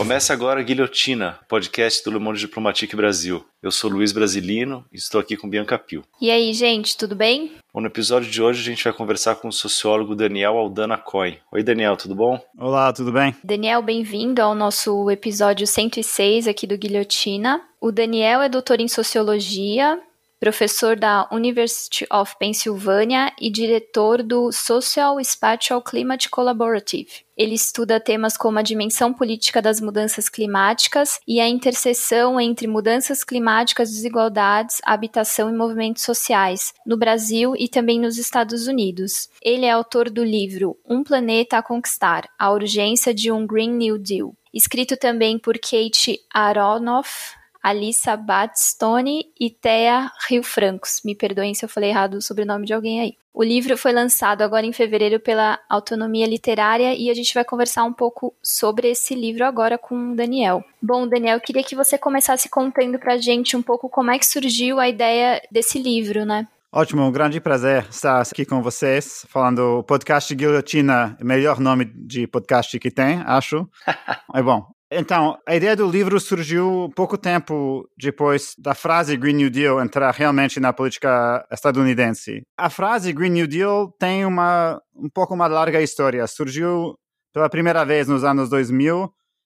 Começa agora a Guilhotina, podcast do Le Monde Diplomatique Brasil. Eu sou Luiz Brasilino e estou aqui com Bianca Pio. E aí, gente, tudo bem? Bom, no episódio de hoje a gente vai conversar com o sociólogo Daniel Aldana Cohen. Oi, Daniel, tudo bom? Olá, tudo bem? Daniel, bem-vindo ao nosso episódio 106 aqui do Guilhotina. O Daniel é doutor em Sociologia, professor da University of Pennsylvania e diretor do Social Spatial Climate Collaborative. Ele estuda temas como a dimensão política das mudanças climáticas e a interseção entre mudanças climáticas, desigualdades, habitação e movimentos sociais, no Brasil e também nos Estados Unidos. Ele é autor do livro Um Planeta a Conquistar, a urgência de um Green New Deal, escrito também por Kate Aronoff, Alissa Batstone e Thea Rio-Francos. Me perdoem se eu falei errado o sobrenome de alguém aí. O livro foi lançado agora em fevereiro pela Autonomia Literária e a gente vai conversar um pouco sobre esse livro agora com o Daniel. Bom, Daniel, eu queria que você começasse contando pra gente um pouco como é que surgiu a ideia desse livro, né? Ótimo, um grande prazer estar aqui com vocês, falando o podcast Guilhotina, o melhor nome de podcast que tem, acho. É bom. Então, a ideia do livro surgiu pouco tempo depois da frase Green New Deal entrar realmente na política estadunidense. A frase Green New Deal tem um pouco uma larga história. Surgiu pela primeira vez nos anos 2000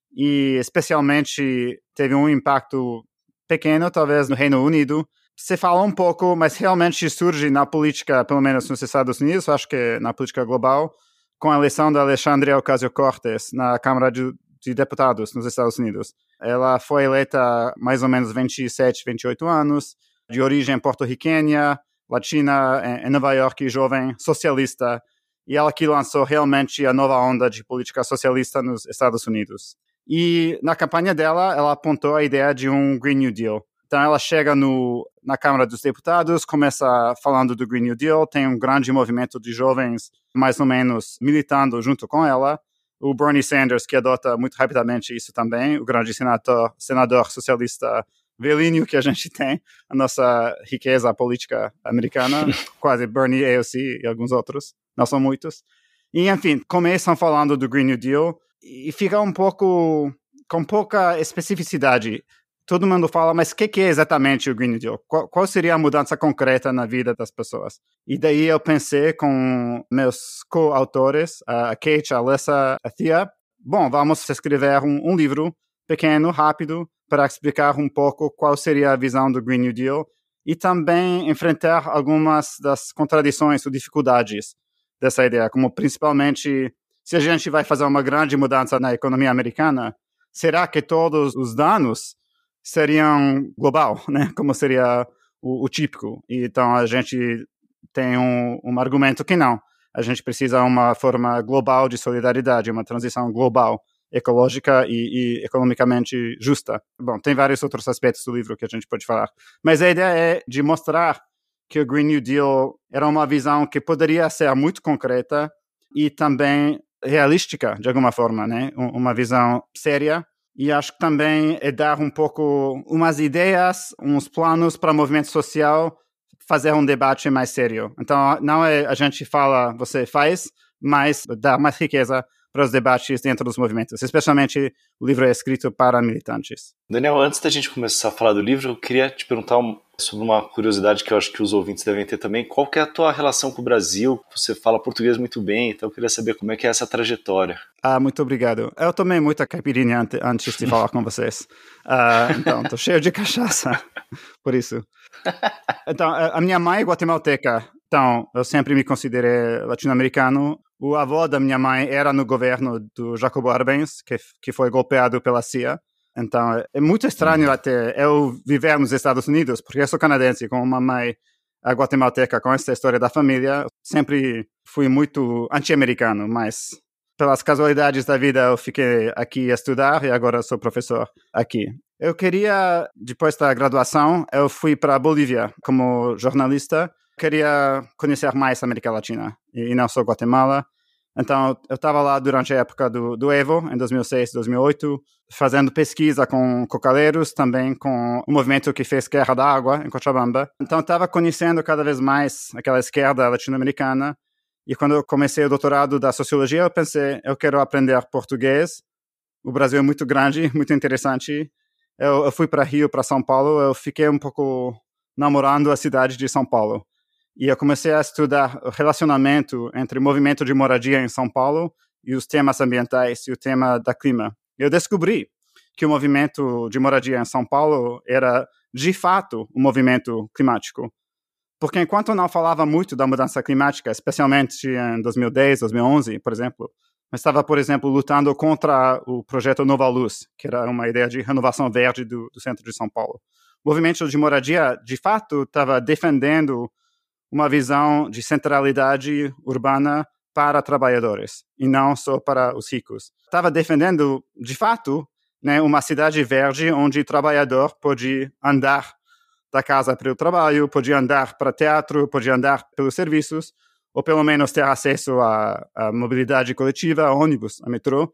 e especialmente teve um impacto pequeno, talvez no Reino Unido. Se fala um pouco, mas realmente surge na política, pelo menos nos Estados Unidos, acho que na política global, com a eleição da Alexandria Ocasio-Cortez na Câmara de Deputados nos Estados Unidos. Ela foi eleita há mais ou menos 27, 28 anos, de origem porto-riquenha, latina, em Nova York, jovem, socialista, e ela que lançou realmente a nova onda de política socialista nos Estados Unidos. E na campanha dela, ela apontou a ideia de um Green New Deal. Então ela chega na Câmara dos Deputados, começa falando do Green New Deal, tem um grande movimento de jovens, mais ou menos, militando junto com ela. O Bernie Sanders, que adota muito rapidamente isso também, o grande senador socialista velhinho que a gente tem, a nossa riqueza política americana, quase Bernie, AOC e alguns outros, não são muitos. E, enfim, começam falando do Green New Deal e fica um pouco com pouca especificidade. Todo mundo fala, mas o que é exatamente o Green New Deal? Qual seria a mudança concreta na vida das pessoas? E daí eu pensei com meus co-autores, a Kate, a Alissa, a Thea, bom, vamos escrever um livro pequeno, rápido, para explicar um pouco qual seria a visão do Green New Deal e também enfrentar algumas das contradições ou dificuldades dessa ideia, como principalmente, se a gente vai fazer uma grande mudança na economia americana, será que todos os danos seriam global, né? Como seria o típico. E, então, a gente tem um argumento que não. A gente precisa de uma forma global de solidariedade, uma transição global, ecológica e economicamente justa. Bom, tem vários outros aspectos do livro que a gente pode falar. Mas a ideia é de mostrar que o Green New Deal era uma visão que poderia ser muito concreta e também realística, de alguma forma, né? Uma visão séria. E acho que também é dar um pouco umas ideias, uns planos para o movimento social fazer um debate mais sério. Então, não é a gente fala, você faz, mas dá mais riqueza para os debates dentro dos movimentos. Especialmente o livro é escrito para militantes. Daniel, antes da gente começar a falar do livro, eu queria te perguntar sobre uma curiosidade que eu acho que os ouvintes devem ter também. Qual que é a tua relação com o Brasil? Você fala português muito bem, então eu queria saber como é que é essa trajetória. Muito obrigado. Eu tomei muita caipirinha antes de falar com vocês. Então, estou cheio de cachaça, por isso. Então, a minha mãe é guatemalteca, então eu sempre me considerei latino-americano. O avô da minha mãe era no governo do Jacobo Arbenz, que foi golpeado pela CIA. Então, é muito estranho até eu viver nos Estados Unidos, porque eu sou canadense, com uma mãe guatemalteca, com essa história da família. Sempre fui muito anti-americano, mas pelas casualidades da vida eu fiquei aqui a estudar e agora sou professor aqui. Eu queria, depois da graduação, eu fui para a Bolívia como jornalista. Queria conhecer mais a América Latina e não só Guatemala. Então, eu estava lá durante a época do Evo, em 2006, 2008, fazendo pesquisa com cocaleiros, também com o movimento que fez Guerra da Água, em Cochabamba. Então, eu estava conhecendo cada vez mais aquela esquerda latino-americana. E quando eu comecei o doutorado da Sociologia, eu pensei, eu quero aprender português o Brasil é muito grande, muito interessante. Eu fui para Rio, para São Paulo, eu fiquei um pouco namorando a cidade de São Paulo. E eu comecei a estudar o relacionamento entre o movimento de moradia em São Paulo e os temas ambientais e o tema da clima. Eu descobri que o movimento de moradia em São Paulo era, de fato, um movimento climático. Porque enquanto eu não falava muito da mudança climática, especialmente em 2010, 2011, por exemplo, eu estava, por exemplo, lutando contra o projeto Nova Luz, que era uma ideia de renovação verde do centro de São Paulo. O movimento de moradia, de fato, estava defendendo uma visão de centralidade urbana para trabalhadores, e não só para os ricos. Estava defendendo, de fato, né, uma cidade verde onde o trabalhador pode andar da casa para o trabalho, pode andar para teatro, pode andar pelos serviços, ou pelo menos ter acesso à mobilidade coletiva, a ônibus, a metrô.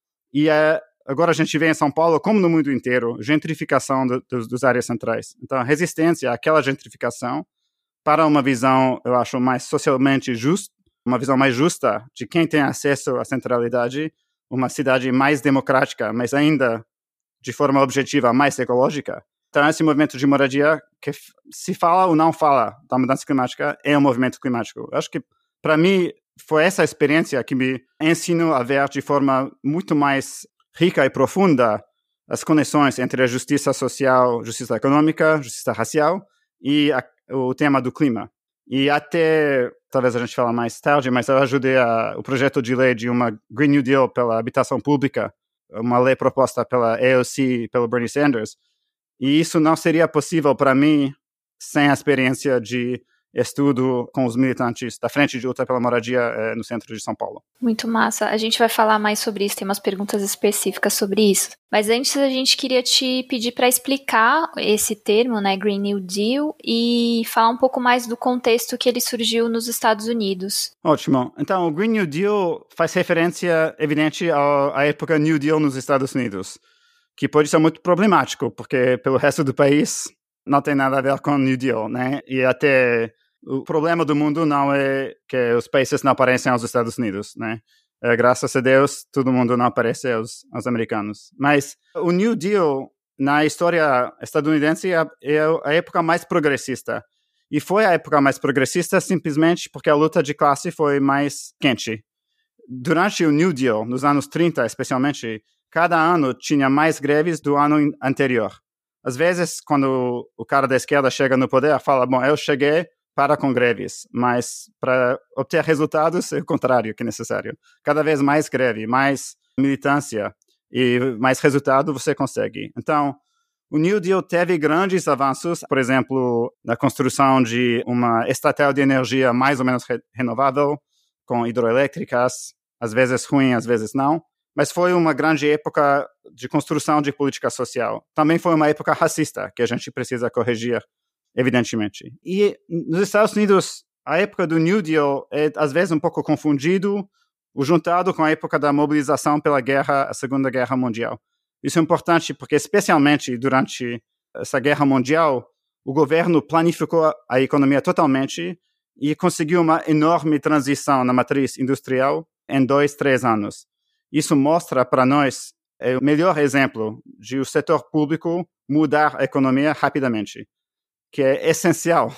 E agora a gente vê em São Paulo, como no mundo inteiro, gentrificação dos áreas centrais. Então, a resistência àquela gentrificação para uma visão, eu acho, mais socialmente justa, uma visão mais justa de quem tem acesso à centralidade, uma cidade mais democrática, mas ainda, de forma objetiva, mais ecológica. Então, esse movimento de moradia, que se fala ou não fala da mudança climática, é um movimento climático. Eu acho que, para mim, foi essa experiência que me ensinou a ver de forma muito mais rica e profunda as conexões entre a justiça social, justiça econômica, justiça racial e o tema do clima. E até, talvez a gente fale mais tarde, mas eu ajudei o projeto de lei de uma Green New Deal pela habitação pública, uma lei proposta pela AOC e pelo Bernie Sanders. E isso não seria possível para mim sem a experiência de estudo com os militantes da Frente de Luta pela Moradia no centro de São Paulo. Muito massa. A gente vai falar mais sobre isso, tem umas perguntas específicas sobre isso. Mas antes a gente queria te pedir para explicar esse termo, né, Green New Deal, e falar um pouco mais do contexto que ele surgiu nos Estados Unidos. Ótimo. Então, o Green New Deal faz referência evidente à época New Deal nos Estados Unidos, que pode ser muito problemático, porque pelo resto do país não tem nada a ver com New Deal, né? E até o problema do mundo não é que os países não parecem aos Estados Unidos, né? Graças a Deus, todo mundo não parece aos americanos. Mas o New Deal, na história estadunidense, é a época mais progressista. E foi a época mais progressista simplesmente porque a luta de classe foi mais quente. Durante o New Deal, nos anos 30 especialmente, cada ano tinha mais greves do ano anterior. Às vezes, quando o cara da esquerda chega no poder, fala, bom, eu cheguei para com greves, mas para obter resultados é o contrário que é necessário. Cada vez mais greve, mais militância e mais resultado você consegue. Então, o New Deal teve grandes avanços, por exemplo, na construção de uma estatal de energia mais ou menos renovável, com hidroelétricas, às vezes ruim, às vezes não. Mas foi uma grande época de construção de política social. Também foi uma época racista, que a gente precisa corrigir, evidentemente. E nos Estados Unidos, a época do New Deal é, às vezes, um pouco confundido, juntado com a época da mobilização pela a Segunda Guerra Mundial. Isso é importante porque, especialmente durante essa Guerra Mundial, o governo planificou a economia totalmente e conseguiu uma enorme transição na matriz industrial em 2-3 anos. Isso mostra para nós o melhor exemplo de o setor público mudar a economia rapidamente, que é essencial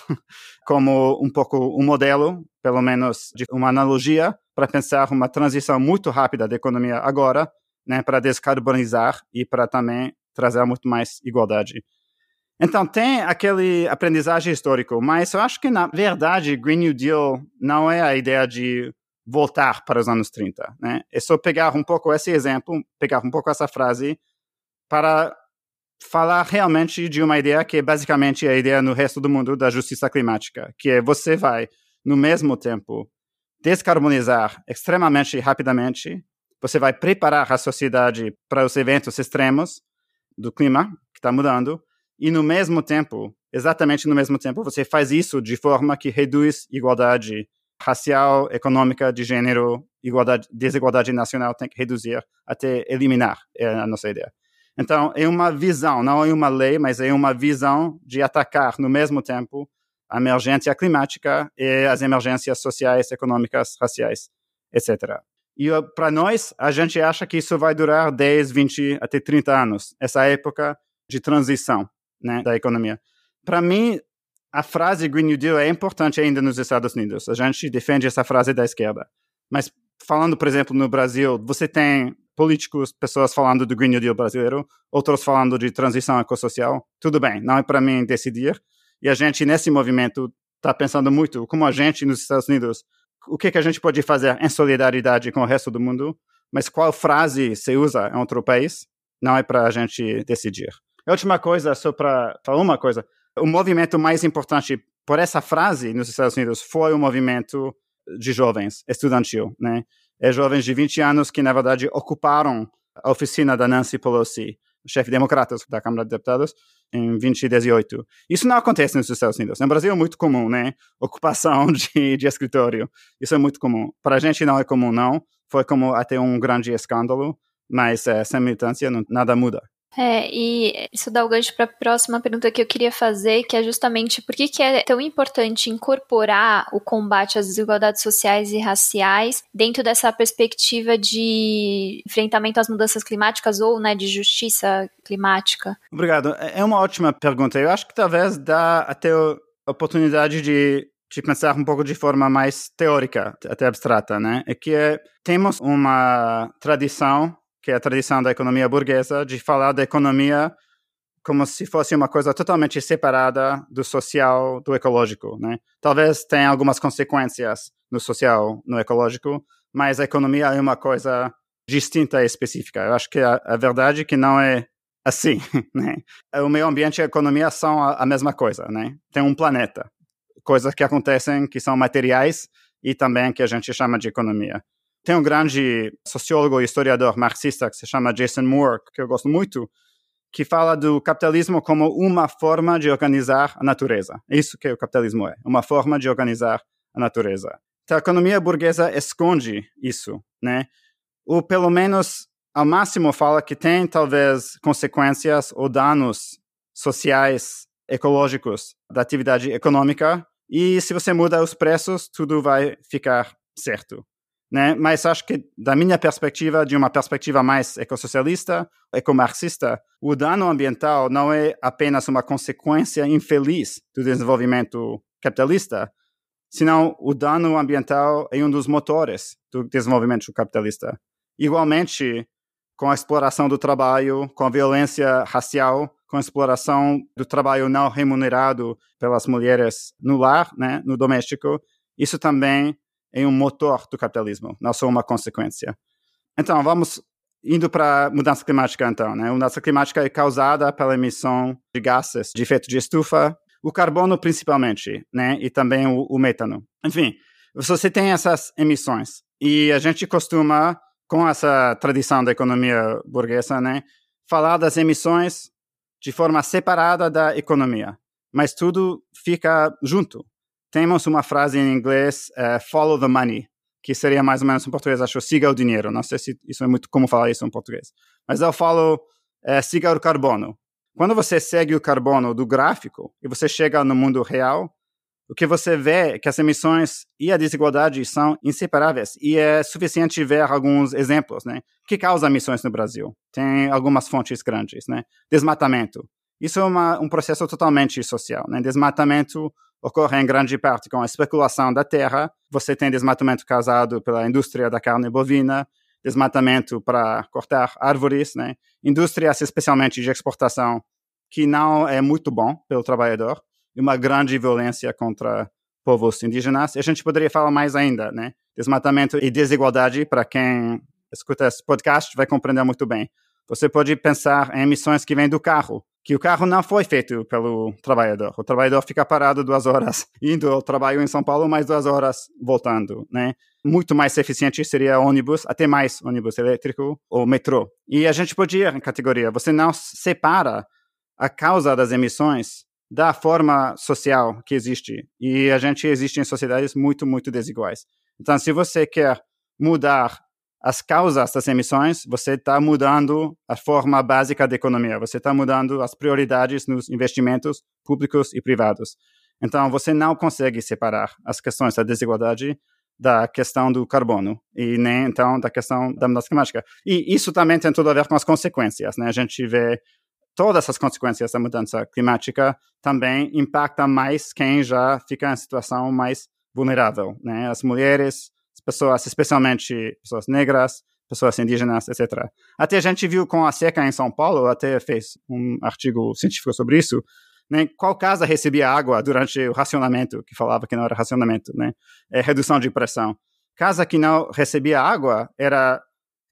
como um pouco um modelo, pelo menos de uma analogia, para pensar uma transição muito rápida da economia agora, né, para descarbonizar e para também trazer muito mais igualdade. Então, tem aquele aprendizagem histórico, mas eu acho que, na verdade, Green New Deal não é a ideia de voltar para os anos 30, né? É só pegar um pouco esse exemplo, pegar um pouco essa frase para falar realmente de uma ideia que é basicamente a ideia no resto do mundo da justiça climática, que é você vai, no mesmo tempo, descarbonizar extremamente rapidamente, você vai preparar a sociedade para os eventos extremos do clima que está mudando, e no mesmo tempo, exatamente no mesmo tempo, você faz isso de forma que reduz igualdade racial, econômica, de gênero, desigualdade nacional, tem que reduzir até eliminar, é a nossa ideia. Então, é uma visão, não é uma lei, mas é uma visão de atacar no mesmo tempo a emergência climática e as emergências sociais, econômicas, raciais, etc. E para nós, a gente acha que isso vai durar 10, 20, até 30 anos, essa época de transição, né, da economia. Para mim, a frase Green New Deal é importante ainda nos Estados Unidos. A gente defende essa frase da esquerda. Mas falando, por exemplo, no Brasil, você tem políticos, pessoas falando do Green New Deal brasileiro, outros falando de transição ecossocial. Tudo bem, não é para mim decidir. E a gente, nesse movimento, está pensando muito como a gente, nos Estados Unidos, o que a gente pode fazer em solidariedade com o resto do mundo, mas qual frase se usa em outro país, não é para a gente decidir. A última coisa, só para falar uma coisa, o movimento mais importante por essa frase nos Estados Unidos foi o movimento de jovens, estudantil, né? É jovens de 20 anos que, na verdade, ocuparam a oficina da Nancy Pelosi, chefe democrata da Câmara de Deputados, em 2018. Isso não acontece nos Estados Unidos. No Brasil é muito comum, né? Ocupação de escritório. Isso é muito comum. Para a gente não é comum, não. Foi como até um grande escândalo, mas sem militância nada muda. E isso dá o gancho para a próxima pergunta que eu queria fazer, que é justamente por que é tão importante incorporar o combate às desigualdades sociais e raciais dentro dessa perspectiva de enfrentamento às mudanças climáticas ou, né, de justiça climática? Obrigado. É uma ótima pergunta. Eu acho que talvez dá até a oportunidade de pensar um pouco de forma mais teórica, até abstrata, né? É que temos uma tradição, que é a tradição da economia burguesa, de falar da economia como se fosse uma coisa totalmente separada do social, do ecológico, né? Talvez tenha algumas consequências no social, no ecológico, mas a economia é uma coisa distinta e específica. Eu acho que a verdade é que não é assim, né? O meio ambiente e a economia são a mesma coisa, né? Tem um planeta, coisas que acontecem que são materiais e também que a gente chama de economia. Tem um grande sociólogo e historiador marxista que se chama Jason Moore, que eu gosto muito, que fala do capitalismo como uma forma de organizar a natureza. É isso que o capitalismo é, uma forma de organizar a natureza. Então, a economia burguesa esconde isso, né? Ou pelo menos, ao máximo, fala que tem talvez consequências ou danos sociais, ecológicos da atividade econômica, e se você muda os preços, tudo vai ficar certo, né? Mas acho que, da minha perspectiva, de uma perspectiva mais ecossocialista, ecomarxista, o dano ambiental não é apenas uma consequência infeliz do desenvolvimento capitalista, senão o dano ambiental é um dos motores do desenvolvimento capitalista. Igualmente, com a exploração do trabalho, com a violência racial, com a exploração do trabalho não remunerado pelas mulheres no lar, né, no doméstico, isso também é um motor do capitalismo, não só uma consequência. Então, vamos indo para a mudança climática, então, né? A mudança climática é causada pela emissão de gases de efeito de estufa, o carbono principalmente, né? E também o metano. Enfim, você tem essas emissões e a gente costuma, com essa tradição da economia burguesa, né, falar das emissões de forma separada da economia, mas tudo fica junto. Temos uma frase em inglês, follow the money, que seria mais ou menos em português, acho, siga o dinheiro. Não sei se isso é muito como falar isso em português. Mas eu falo, siga o carbono. Quando você segue o carbono do gráfico e você chega no mundo real, o que você vê é que as emissões e a desigualdade são inseparáveis. E é suficiente ver alguns exemplos, né? O que causa emissões no Brasil? Tem algumas fontes grandes, né? Desmatamento. Isso é um processo totalmente social, né? Desmatamento ocorre em grande parte com a especulação da terra. Você tem desmatamento causado pela indústria da carne bovina, desmatamento para cortar árvores, né? Indústrias especialmente de exportação, que não é muito bom pelo trabalhador, e uma grande violência contra povos indígenas. E a gente poderia falar mais ainda, né? Desmatamento e desigualdade, para quem escuta esse podcast vai compreender muito bem. Você pode pensar em emissões que vêm do carro, que o carro não foi feito pelo trabalhador. O trabalhador fica parado 2 horas indo ao trabalho em São Paulo, mais 2 horas voltando, né? Muito mais eficiente seria ônibus, até mais ônibus elétrico ou metrô. E a gente pode ir em categoria. Você não separa a causa das emissões da forma social que existe. E a gente existe em sociedades muito, muito desiguais. Então, se você quer mudar as causas das emissões, você está mudando a forma básica da economia, você está mudando as prioridades nos investimentos públicos e privados. Então, você não consegue separar as questões da desigualdade da questão do carbono e nem, então, da questão da mudança climática. E isso também tem tudo a ver com as consequências, né? A gente vê todas essas consequências da mudança climática também impactam mais quem já fica em situação mais vulnerável, né? As mulheres, as pessoas, especialmente pessoas negras, pessoas indígenas, etc. Até a gente viu com a seca em São Paulo, até fez um artigo científico sobre isso, né? Qual casa recebia água durante o racionamento, que falava que não era racionamento, né? Redução de pressão. Casa que não recebia água era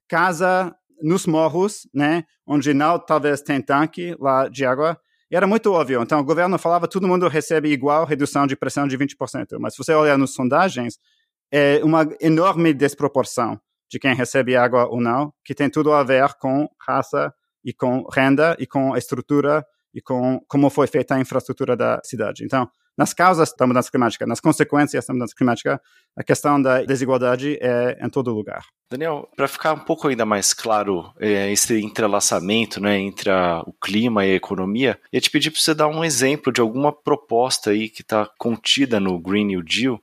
casa nos morros, né? Onde não talvez tem tanque lá de água. E era muito óbvio. Então o governo falava todo mundo recebe igual redução de pressão de 20%. Mas se você olhar nas sondagens, é uma enorme desproporção de quem recebe água ou não, que tem tudo a ver com raça e com renda e com estrutura e com como foi feita a infraestrutura da cidade. Então, nas causas da mudança climática, nas consequências da mudança climática, a questão da desigualdade é em todo lugar. Daniel, para ficar um pouco ainda mais claro esse entrelaçamento, né, entre o clima e a economia, eu ia te pedir para você dar um exemplo de alguma proposta aí que está contida no Green New Deal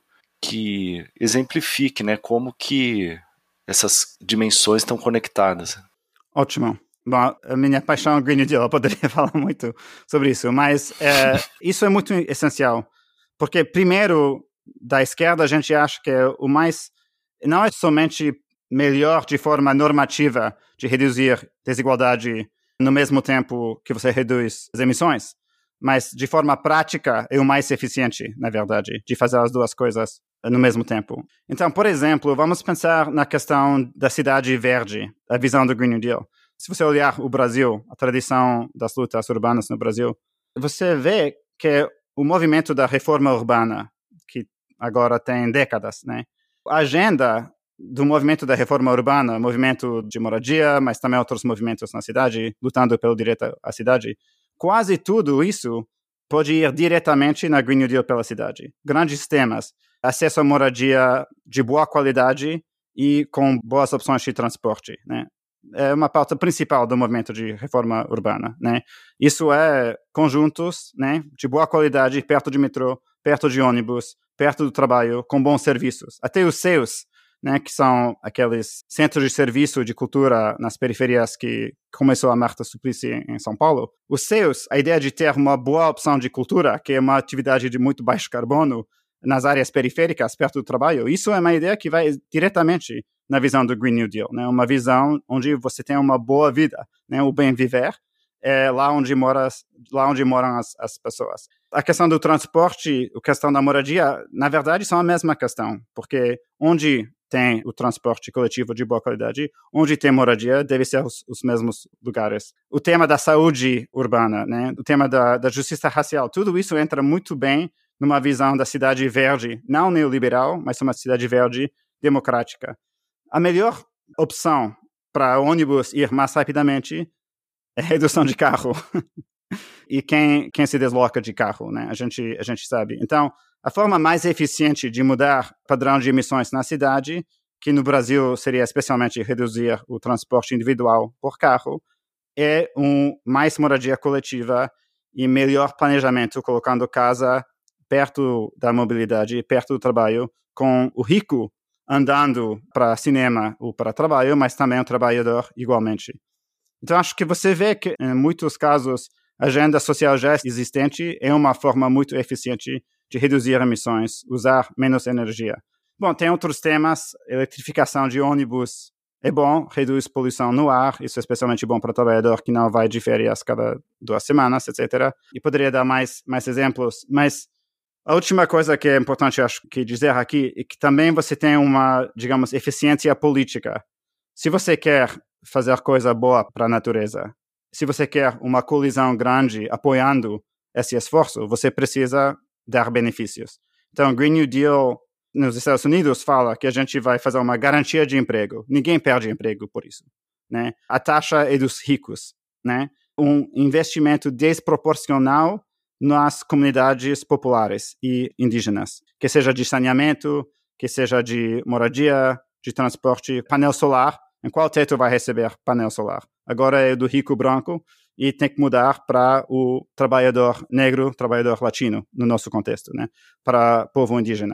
que exemplifique, né, como que essas dimensões estão conectadas. Ótimo. Bom, a minha paixão é o Green New Deal, eu poderia falar muito sobre isso, mas isso é muito essencial, porque primeiro, da esquerda, a gente acha que o mais, não é somente melhor de forma normativa de reduzir desigualdade no mesmo tempo que você reduz as emissões, mas de forma prática é o mais eficiente, na verdade, de fazer as duas coisas no mesmo tempo. Então, por exemplo, vamos pensar na questão da cidade verde, a visão do Green New Deal. Se você olhar o Brasil, a tradição das lutas urbanas no Brasil, você vê que o movimento da reforma urbana, que agora tem décadas, né? A agenda do movimento da reforma urbana, movimento de moradia, mas também outros movimentos na cidade, lutando pelo direito à cidade, quase tudo isso pode ir diretamente na Green New Deal pela cidade. Grandes temas, acesso à moradia de boa qualidade e com boas opções de transporte, né? É uma pauta principal do movimento de reforma urbana, né? Isso é conjuntos, né, de boa qualidade, perto de metrô, perto de ônibus, perto do trabalho, com bons serviços. Até os CEUs, né, que são aqueles centros de serviço de cultura nas periferias que começou a Marta Suplicy em São Paulo. Os CEUs, a ideia de ter uma boa opção de cultura, que é uma atividade de muito baixo carbono, nas áreas periféricas, perto do trabalho, isso é uma ideia que vai diretamente na visão do Green New Deal, né? Uma visão onde você tem uma boa vida, né? O bem viver é lá onde moram as pessoas. A questão do transporte, a questão da moradia, na verdade, são a mesma questão, porque onde tem o transporte coletivo de boa qualidade, onde tem moradia, deve ser os mesmos lugares. O tema da saúde urbana, né? O tema da justiça racial, tudo isso entra muito bem numa visão da cidade verde, não neoliberal, mas uma cidade verde democrática. A melhor opção para ônibus ir mais rapidamente é redução de carro. E quem se desloca de carro, né? A gente sabe. Então, a forma mais eficiente de mudar o padrão de emissões na cidade, que no Brasil seria especialmente reduzir o transporte individual por carro, é mais moradia coletiva e melhor planejamento, colocando casa perto da mobilidade, perto do trabalho, com o rico andando para cinema ou para trabalho, mas também o trabalhador igualmente. Então, acho que você vê que, em muitos casos, a agenda social já existente é uma forma muito eficiente de reduzir emissões, usar menos energia. Bom, tem outros temas, eletrificação de ônibus é bom, reduz poluição no ar, isso é especialmente bom para o trabalhador que não vai de férias cada 2 semanas, etc. E poderia dar mais exemplos, mas a última coisa que é importante, acho que dizer aqui, é que também você tem uma, digamos, eficiência política. Se você quer fazer coisa boa para a natureza, se você quer uma colisão grande apoiando esse esforço, você precisa dar benefícios. Então, o Green New Deal nos Estados Unidos fala que a gente vai fazer uma garantia de emprego. Ninguém perde emprego por isso, né? A taxa é dos ricos, né? Um investimento desproporcional nas comunidades populares e indígenas, que seja de saneamento, que seja de moradia, de transporte, painel solar. Em qual teto vai receber painel solar? Agora é do rico branco e tem que mudar para o trabalhador negro, trabalhador latino, no nosso contexto, né? Para o povo indígena.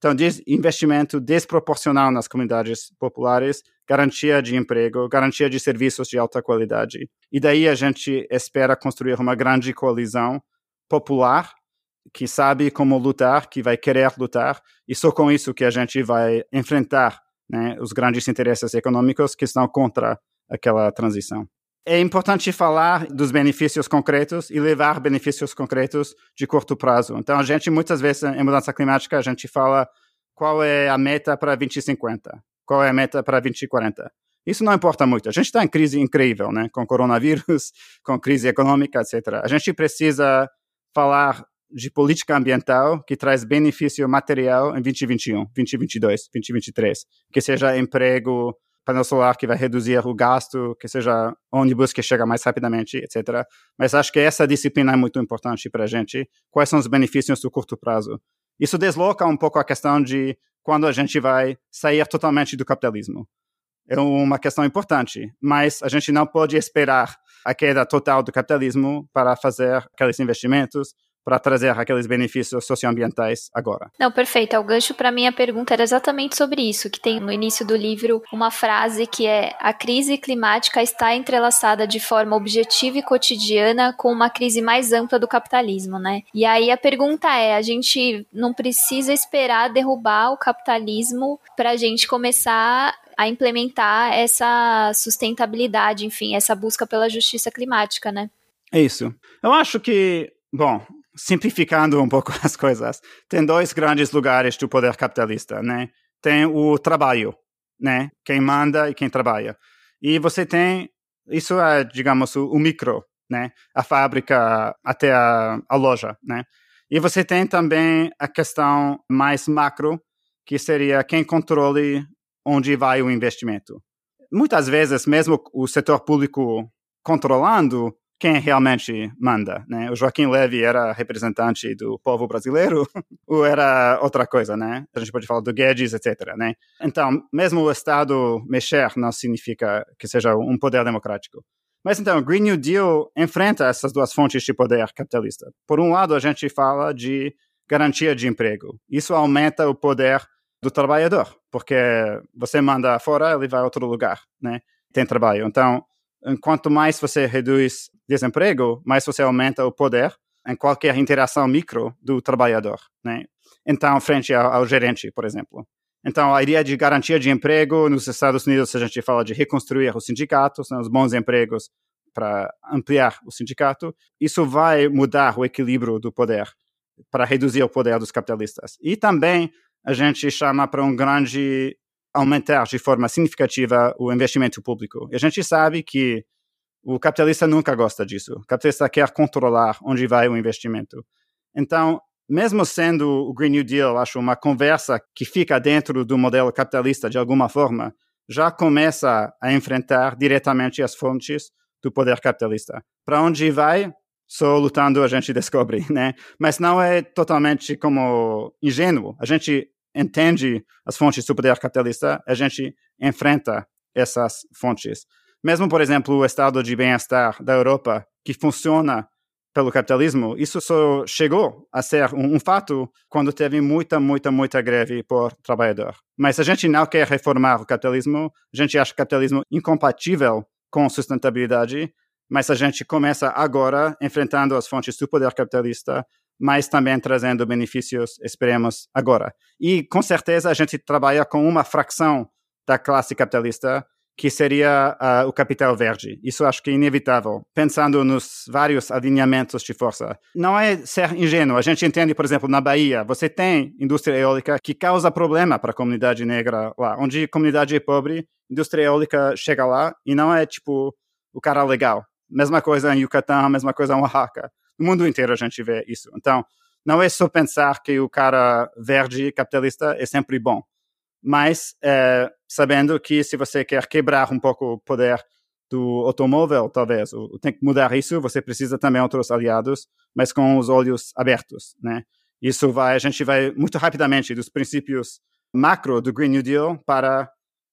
Então, investimento desproporcional nas comunidades populares, garantia de emprego, garantia de serviços de alta qualidade. E daí a gente espera construir uma grande coalizão popular que sabe como lutar, que vai querer lutar, e só com isso que a gente vai enfrentar, né, os grandes interesses econômicos que estão contra aquela transição. É importante falar dos benefícios concretos e levar benefícios concretos de curto prazo. Então, a gente, muitas vezes, em mudança climática, a gente fala qual é a meta para 2050, qual é a meta para 2040. Isso não importa muito. A gente está em crise incrível, né? Com coronavírus, com crise econômica, etc. A gente precisa falar de política ambiental que traz benefício material em 2021, 2022, 2023. Que seja emprego, painel solar que vai reduzir o gasto, que seja ônibus que chega mais rapidamente, etc. Mas acho que essa disciplina é muito importante para a gente. Quais são os benefícios do curto prazo? Isso desloca um pouco a questão de quando a gente vai sair totalmente do capitalismo. É uma questão importante, mas a gente não pode esperar a queda total do capitalismo para fazer aqueles investimentos, para trazer aqueles benefícios socioambientais agora. Não, perfeito. O gancho para minha pergunta era exatamente sobre isso, que tem no início do livro uma frase que é: a crise climática está entrelaçada de forma objetiva e cotidiana com uma crise mais ampla do capitalismo, né? E aí a pergunta é, a gente não precisa esperar derrubar o capitalismo para a gente começar a implementar essa sustentabilidade, enfim, essa busca pela justiça climática, né? É isso. Eu acho que, bom, simplificando um pouco as coisas, tem dois grandes lugares do poder capitalista, né? Tem o trabalho, né? Quem manda e quem trabalha. E você tem, isso é, digamos, o micro, né? A fábrica até a loja, né? E você tem também a questão mais macro, que seria quem controle onde vai o investimento. Muitas vezes, mesmo o setor público controlando, quem realmente manda, né? O Joaquim Levy era representante do povo brasileiro ou era outra coisa, né? A gente pode falar do Guedes, etc., né? Então, mesmo o Estado mexer não significa que seja um poder democrático. Mas então, o Green New Deal enfrenta essas duas fontes de poder capitalista. Por um lado, a gente fala de garantia de emprego. Isso aumenta o poder do trabalhador, porque você manda fora, ele vai a outro lugar, né? Tem trabalho. Então, quanto mais você reduz desemprego, mais você aumenta o poder em qualquer interação micro do trabalhador, né? Então, frente ao gerente, por exemplo. Então, a ideia de garantia de emprego, nos Estados Unidos a gente fala de reconstruir os sindicatos, né, os bons empregos para ampliar o sindicato. Isso vai mudar o equilíbrio do poder, para reduzir o poder dos capitalistas. E também a gente chama para um grande aumentar de forma significativa o investimento público. E a gente sabe que o capitalista nunca gosta disso. O capitalista quer controlar onde vai o investimento. Então, mesmo sendo o Green New Deal, acho, uma conversa que fica dentro do modelo capitalista de alguma forma, já começa a enfrentar diretamente as fontes do poder capitalista. Para onde vai? Só lutando a gente descobre, né? Mas não é totalmente como ingênuo. A gente entende as fontes do poder capitalista, a gente enfrenta essas fontes. Mesmo, por exemplo, o estado de bem-estar da Europa, que funciona pelo capitalismo, isso só chegou a ser um fato quando teve muita greve por trabalhador. Mas a gente não quer reformar o capitalismo, a gente acha o capitalismo incompatível com sustentabilidade, mas a gente começa agora enfrentando as fontes do poder capitalista, mas também trazendo benefícios, esperemos, agora. E, com certeza, a gente trabalha com uma fração da classe capitalista, que seria o capital verde. Isso acho que é inevitável, pensando nos vários alinhamentos de força. Não é ser ingênuo. A gente entende, por exemplo, na Bahia, você tem indústria eólica que causa problema para a comunidade negra lá. Onde a comunidade é pobre, indústria eólica chega lá e não é, tipo, o cara legal. Mesma coisa em Yucatán, mesma coisa em Oaxaca. No mundo inteiro a gente vê isso. Então, não é só pensar que o cara verde capitalista é sempre bom, mas sabendo que se você quer quebrar um pouco o poder do automóvel, talvez, tem que mudar isso, você precisa também de outros aliados, mas com os olhos abertos, né? A gente vai muito rapidamente dos princípios macro do Green New Deal para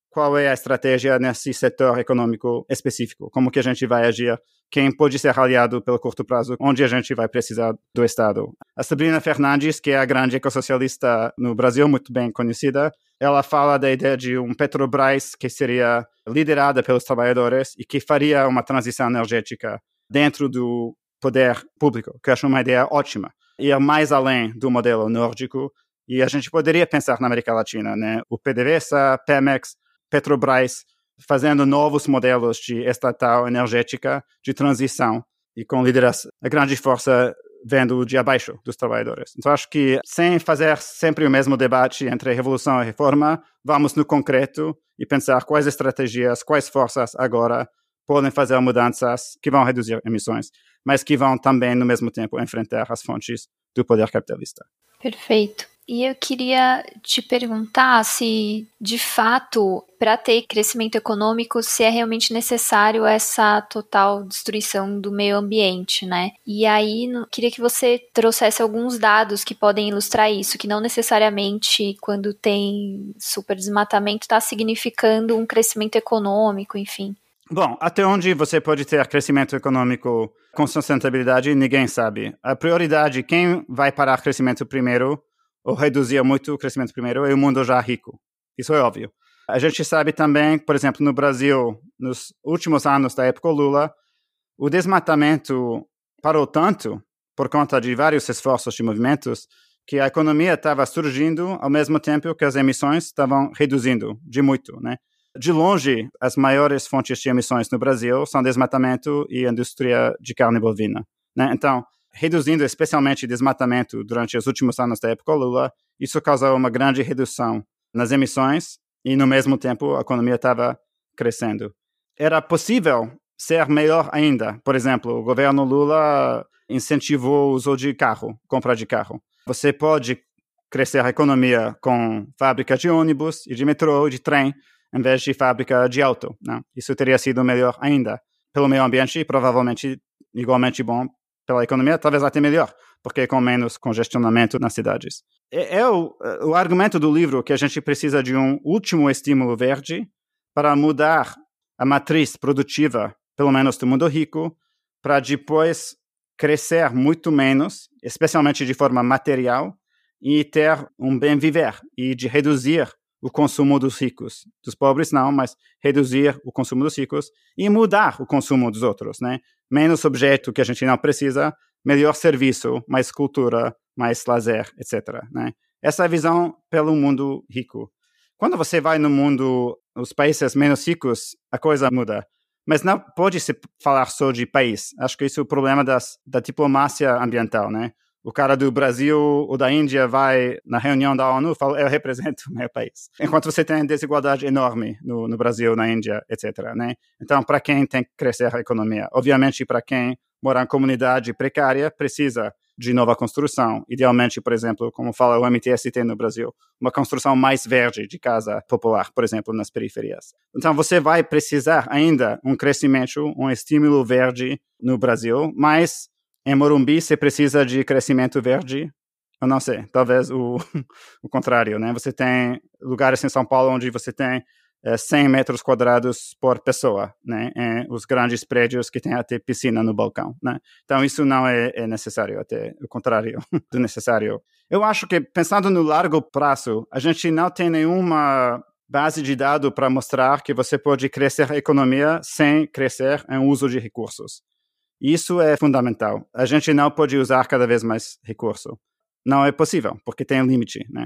qual é a estratégia nesse setor econômico específico, como que a gente vai agir, quem pode ser aliado pelo curto prazo, onde a gente vai precisar do Estado. A Sabrina Fernandes, que é a grande ecossocialista no Brasil, muito bem conhecida, ela fala da ideia de um Petrobras que seria liderada pelos trabalhadores e que faria uma transição energética dentro do poder público, que eu acho uma ideia ótima. Ir mais além do modelo nórdico, e a gente poderia pensar na América Latina, né? O PDVSA, Pemex, Petrobras, fazendo novos modelos de estatal energética de transição e com liderança, a grande força vendo de abaixo dos trabalhadores. Então, acho que sem fazer sempre o mesmo debate entre revolução e reforma, vamos no concreto e pensar quais estratégias, quais forças agora podem fazer mudanças que vão reduzir emissões, mas que vão também, no mesmo tempo, enfrentar as fontes do poder capitalista. Perfeito. E eu queria te perguntar se, de fato, para ter crescimento econômico, se é realmente necessário essa total destruição do meio ambiente, né? E aí, queria que você trouxesse alguns dados que podem ilustrar isso, que não necessariamente, quando tem super desmatamento, está significando um crescimento econômico, enfim. Bom, até onde você pode ter crescimento econômico com sustentabilidade, ninguém sabe. A prioridade, quem vai parar crescimento primeiro, ou reduzir muito o crescimento primeiro, é o mundo já rico. Isso é óbvio. A gente sabe também, por exemplo, no Brasil, nos últimos anos da época Lula, o desmatamento parou tanto, por conta de vários esforços de movimentos, que a economia estava surgindo ao mesmo tempo que as emissões estavam reduzindo de muito, né? De longe, as maiores fontes de emissões no Brasil são desmatamento e indústria de carne bovina, né? Então, reduzindo especialmente desmatamento durante os últimos anos da época Lula, isso causou uma grande redução nas emissões e, no mesmo tempo, a economia estava crescendo. Era possível ser melhor ainda. Por exemplo, o governo Lula incentivou o uso de carro, compra de carro. Você pode crescer a economia com fábrica de ônibus e de metrô e de trem, em vez de fábrica de auto, né? Isso teria sido melhor ainda pelo meio ambiente e provavelmente igualmente bom pela economia, talvez até melhor, porque com menos congestionamento nas cidades. É o argumento do livro que a gente precisa de um último estímulo verde para mudar a matriz produtiva, pelo menos do mundo rico, para depois crescer muito menos, especialmente de forma material, e ter um bem viver e de reduzir o consumo dos ricos. Dos pobres não, mas reduzir o consumo dos ricos e mudar o consumo dos outros, né? Menos objeto que a gente não precisa, melhor serviço, mais cultura, mais lazer, etc., né? Essa é a visão pelo mundo rico. Quando você vai no mundo, os países menos ricos, a coisa muda. Mas não pode se falar só de país. Acho que isso é o problema da diplomacia ambiental, né? O cara do Brasil ou da Índia vai na reunião da ONU e fala, eu represento o meu país. Enquanto você tem desigualdade enorme no Brasil, na Índia, etc., né? Então, para quem tem que crescer a economia? Obviamente, para quem mora em comunidade precária, precisa de nova construção. Idealmente, por exemplo, como fala o MTST no Brasil, uma construção mais verde de casa popular, por exemplo, nas periferias. Então, você vai precisar ainda um crescimento, um estímulo verde no Brasil, mas em Morumbi, você precisa de crescimento verde? Eu não sei, talvez o contrário, né? Você tem lugares em São Paulo onde você tem 100 metros quadrados por pessoa, né? Os grandes prédios que tem até piscina no balcão, né? Então, isso não é necessário, até o contrário do necessário. Eu acho que, pensando no largo prazo, a gente não tem nenhuma base de dados para mostrar que você pode crescer a economia sem crescer em uso de recursos. Isso é fundamental. A gente não pode usar cada vez mais recurso. Não é possível, porque tem um limite, né?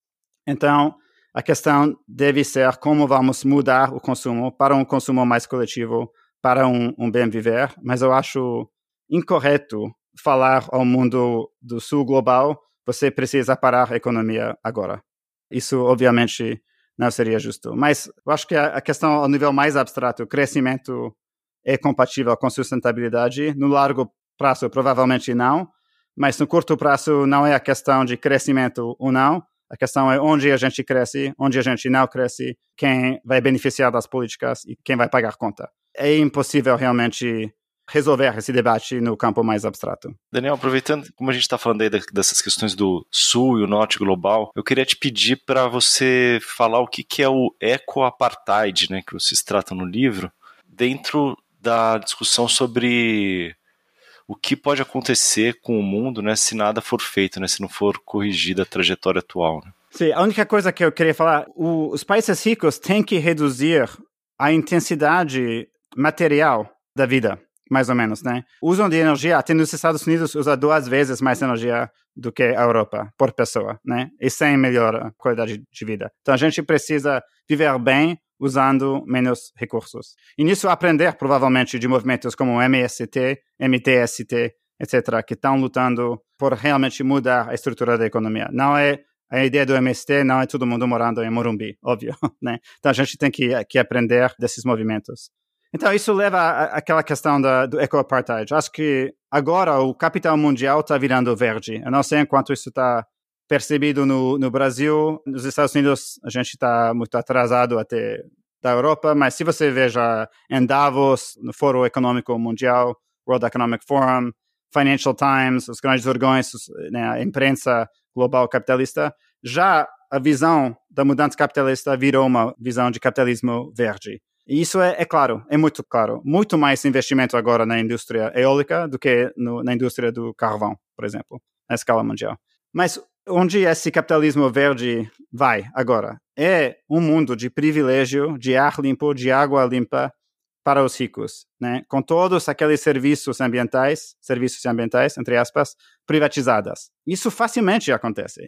Então, a questão deve ser como vamos mudar o consumo para um consumo mais coletivo, para um bem viver, mas eu acho incorreto falar ao mundo do sul global, você precisa parar a economia agora. Isso, obviamente, não seria justo. Mas eu acho que a questão ao nível mais abstrato, o crescimento é compatível com sustentabilidade. No largo prazo, provavelmente não, mas no curto prazo não é a questão de crescimento ou não, a questão é onde a gente cresce, onde a gente não cresce, quem vai beneficiar das políticas e quem vai pagar conta. É impossível realmente resolver esse debate no campo mais abstrato. Daniel, aproveitando, como a gente está falando aí dessas questões do Sul e o Norte global, eu queria te pedir para você falar o que é o eco-apartheid, né, que vocês tratam no livro, dentro da discussão sobre o que pode acontecer com o mundo, né, se nada for feito, né, se não for corrigida a trajetória atual. Né? Sim, a única coisa que eu queria falar, os países ricos têm que reduzir a intensidade material da vida, mais ou menos, né? O uso de energia, até nos Estados Unidos, usa 2 vezes mais energia do que a Europa, por pessoa, né? E sem melhor qualidade de vida. Então, a gente precisa viver bem usando menos recursos. E nisso aprender, provavelmente, de movimentos como o MST, MTST, etc., que estão lutando por realmente mudar a estrutura da economia. Não é a ideia do MST, não é todo mundo morando em Morumbi, óbvio, né? Então, a gente tem que aprender desses movimentos. Então, isso leva àquela questão do eco-apartheid. Acho que agora o capital mundial está virando verde. Eu não sei enquanto isso está percebido no Brasil. Nos Estados Unidos, a gente está muito atrasado até da Europa, mas se você veja em Davos, no Fórum Econômico Mundial, World Economic Forum, Financial Times, os grandes órgãos, né, a imprensa global capitalista, já a visão da mudança capitalista virou uma visão de capitalismo verde. E isso é claro, é muito claro. Muito mais investimento agora na indústria eólica do que na indústria do carvão, por exemplo, na escala mundial. Mas onde esse capitalismo verde vai agora? É um mundo de privilégio, de ar limpo, de água limpa para os ricos, né? Com todos aqueles serviços ambientais, entre aspas, privatizadas. Isso facilmente acontece.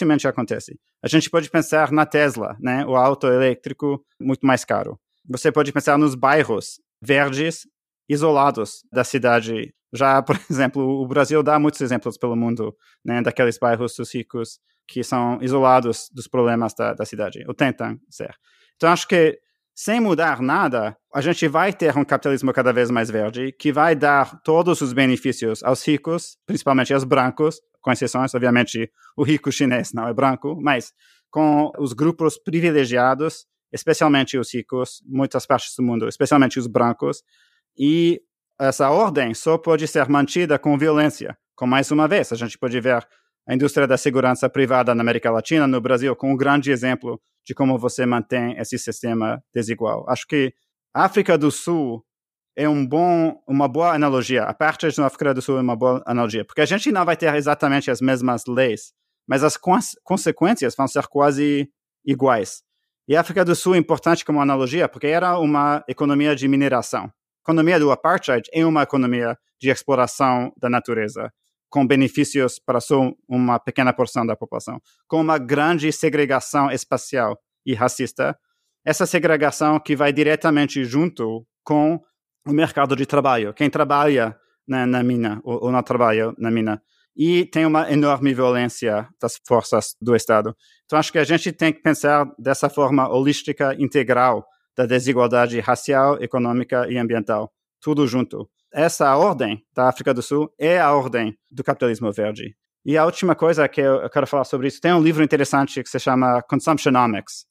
A gente pode pensar na Tesla, né? O auto elétrico muito mais caro. Você pode pensar nos bairros verdes isolados da cidade. Já, por exemplo, o Brasil dá muitos exemplos pelo mundo, né, daqueles bairros dos ricos que são isolados dos problemas da cidade, ou tentam ser. Então, acho que, sem mudar nada, a gente vai ter um capitalismo cada vez mais verde, que vai dar todos os benefícios aos ricos, principalmente aos brancos, com exceções, obviamente, o rico chinês não é branco, mas com os grupos privilegiados, especialmente os ricos, muitas partes do mundo, especialmente os brancos, e essa ordem só pode ser mantida com violência. Com mais uma vez, a gente pode ver a indústria da segurança privada na América Latina, no Brasil, com um grande exemplo de como você mantém esse sistema desigual. Acho que a África do Sul é uma boa analogia. A parte da África do Sul é uma boa analogia, porque a gente não vai ter exatamente as mesmas leis, mas as consequências vão ser quase iguais. E a África do Sul é importante como analogia, porque era uma economia de mineração. A economia do apartheid é uma economia de exploração da natureza, com benefícios para só uma pequena porção da população, com uma grande segregação espacial e racista. Essa segregação que vai diretamente junto com o mercado de trabalho. Quem trabalha na mina ou não trabalha na mina. E tem uma enorme violência das forças do Estado. Então, acho que a gente tem que pensar dessa forma holística, integral, da desigualdade racial, econômica e ambiental, tudo junto. Essa ordem da África do Sul é a ordem do capitalismo verde. E a última coisa que eu quero falar sobre isso, tem um livro interessante que se chama Consumptionomics,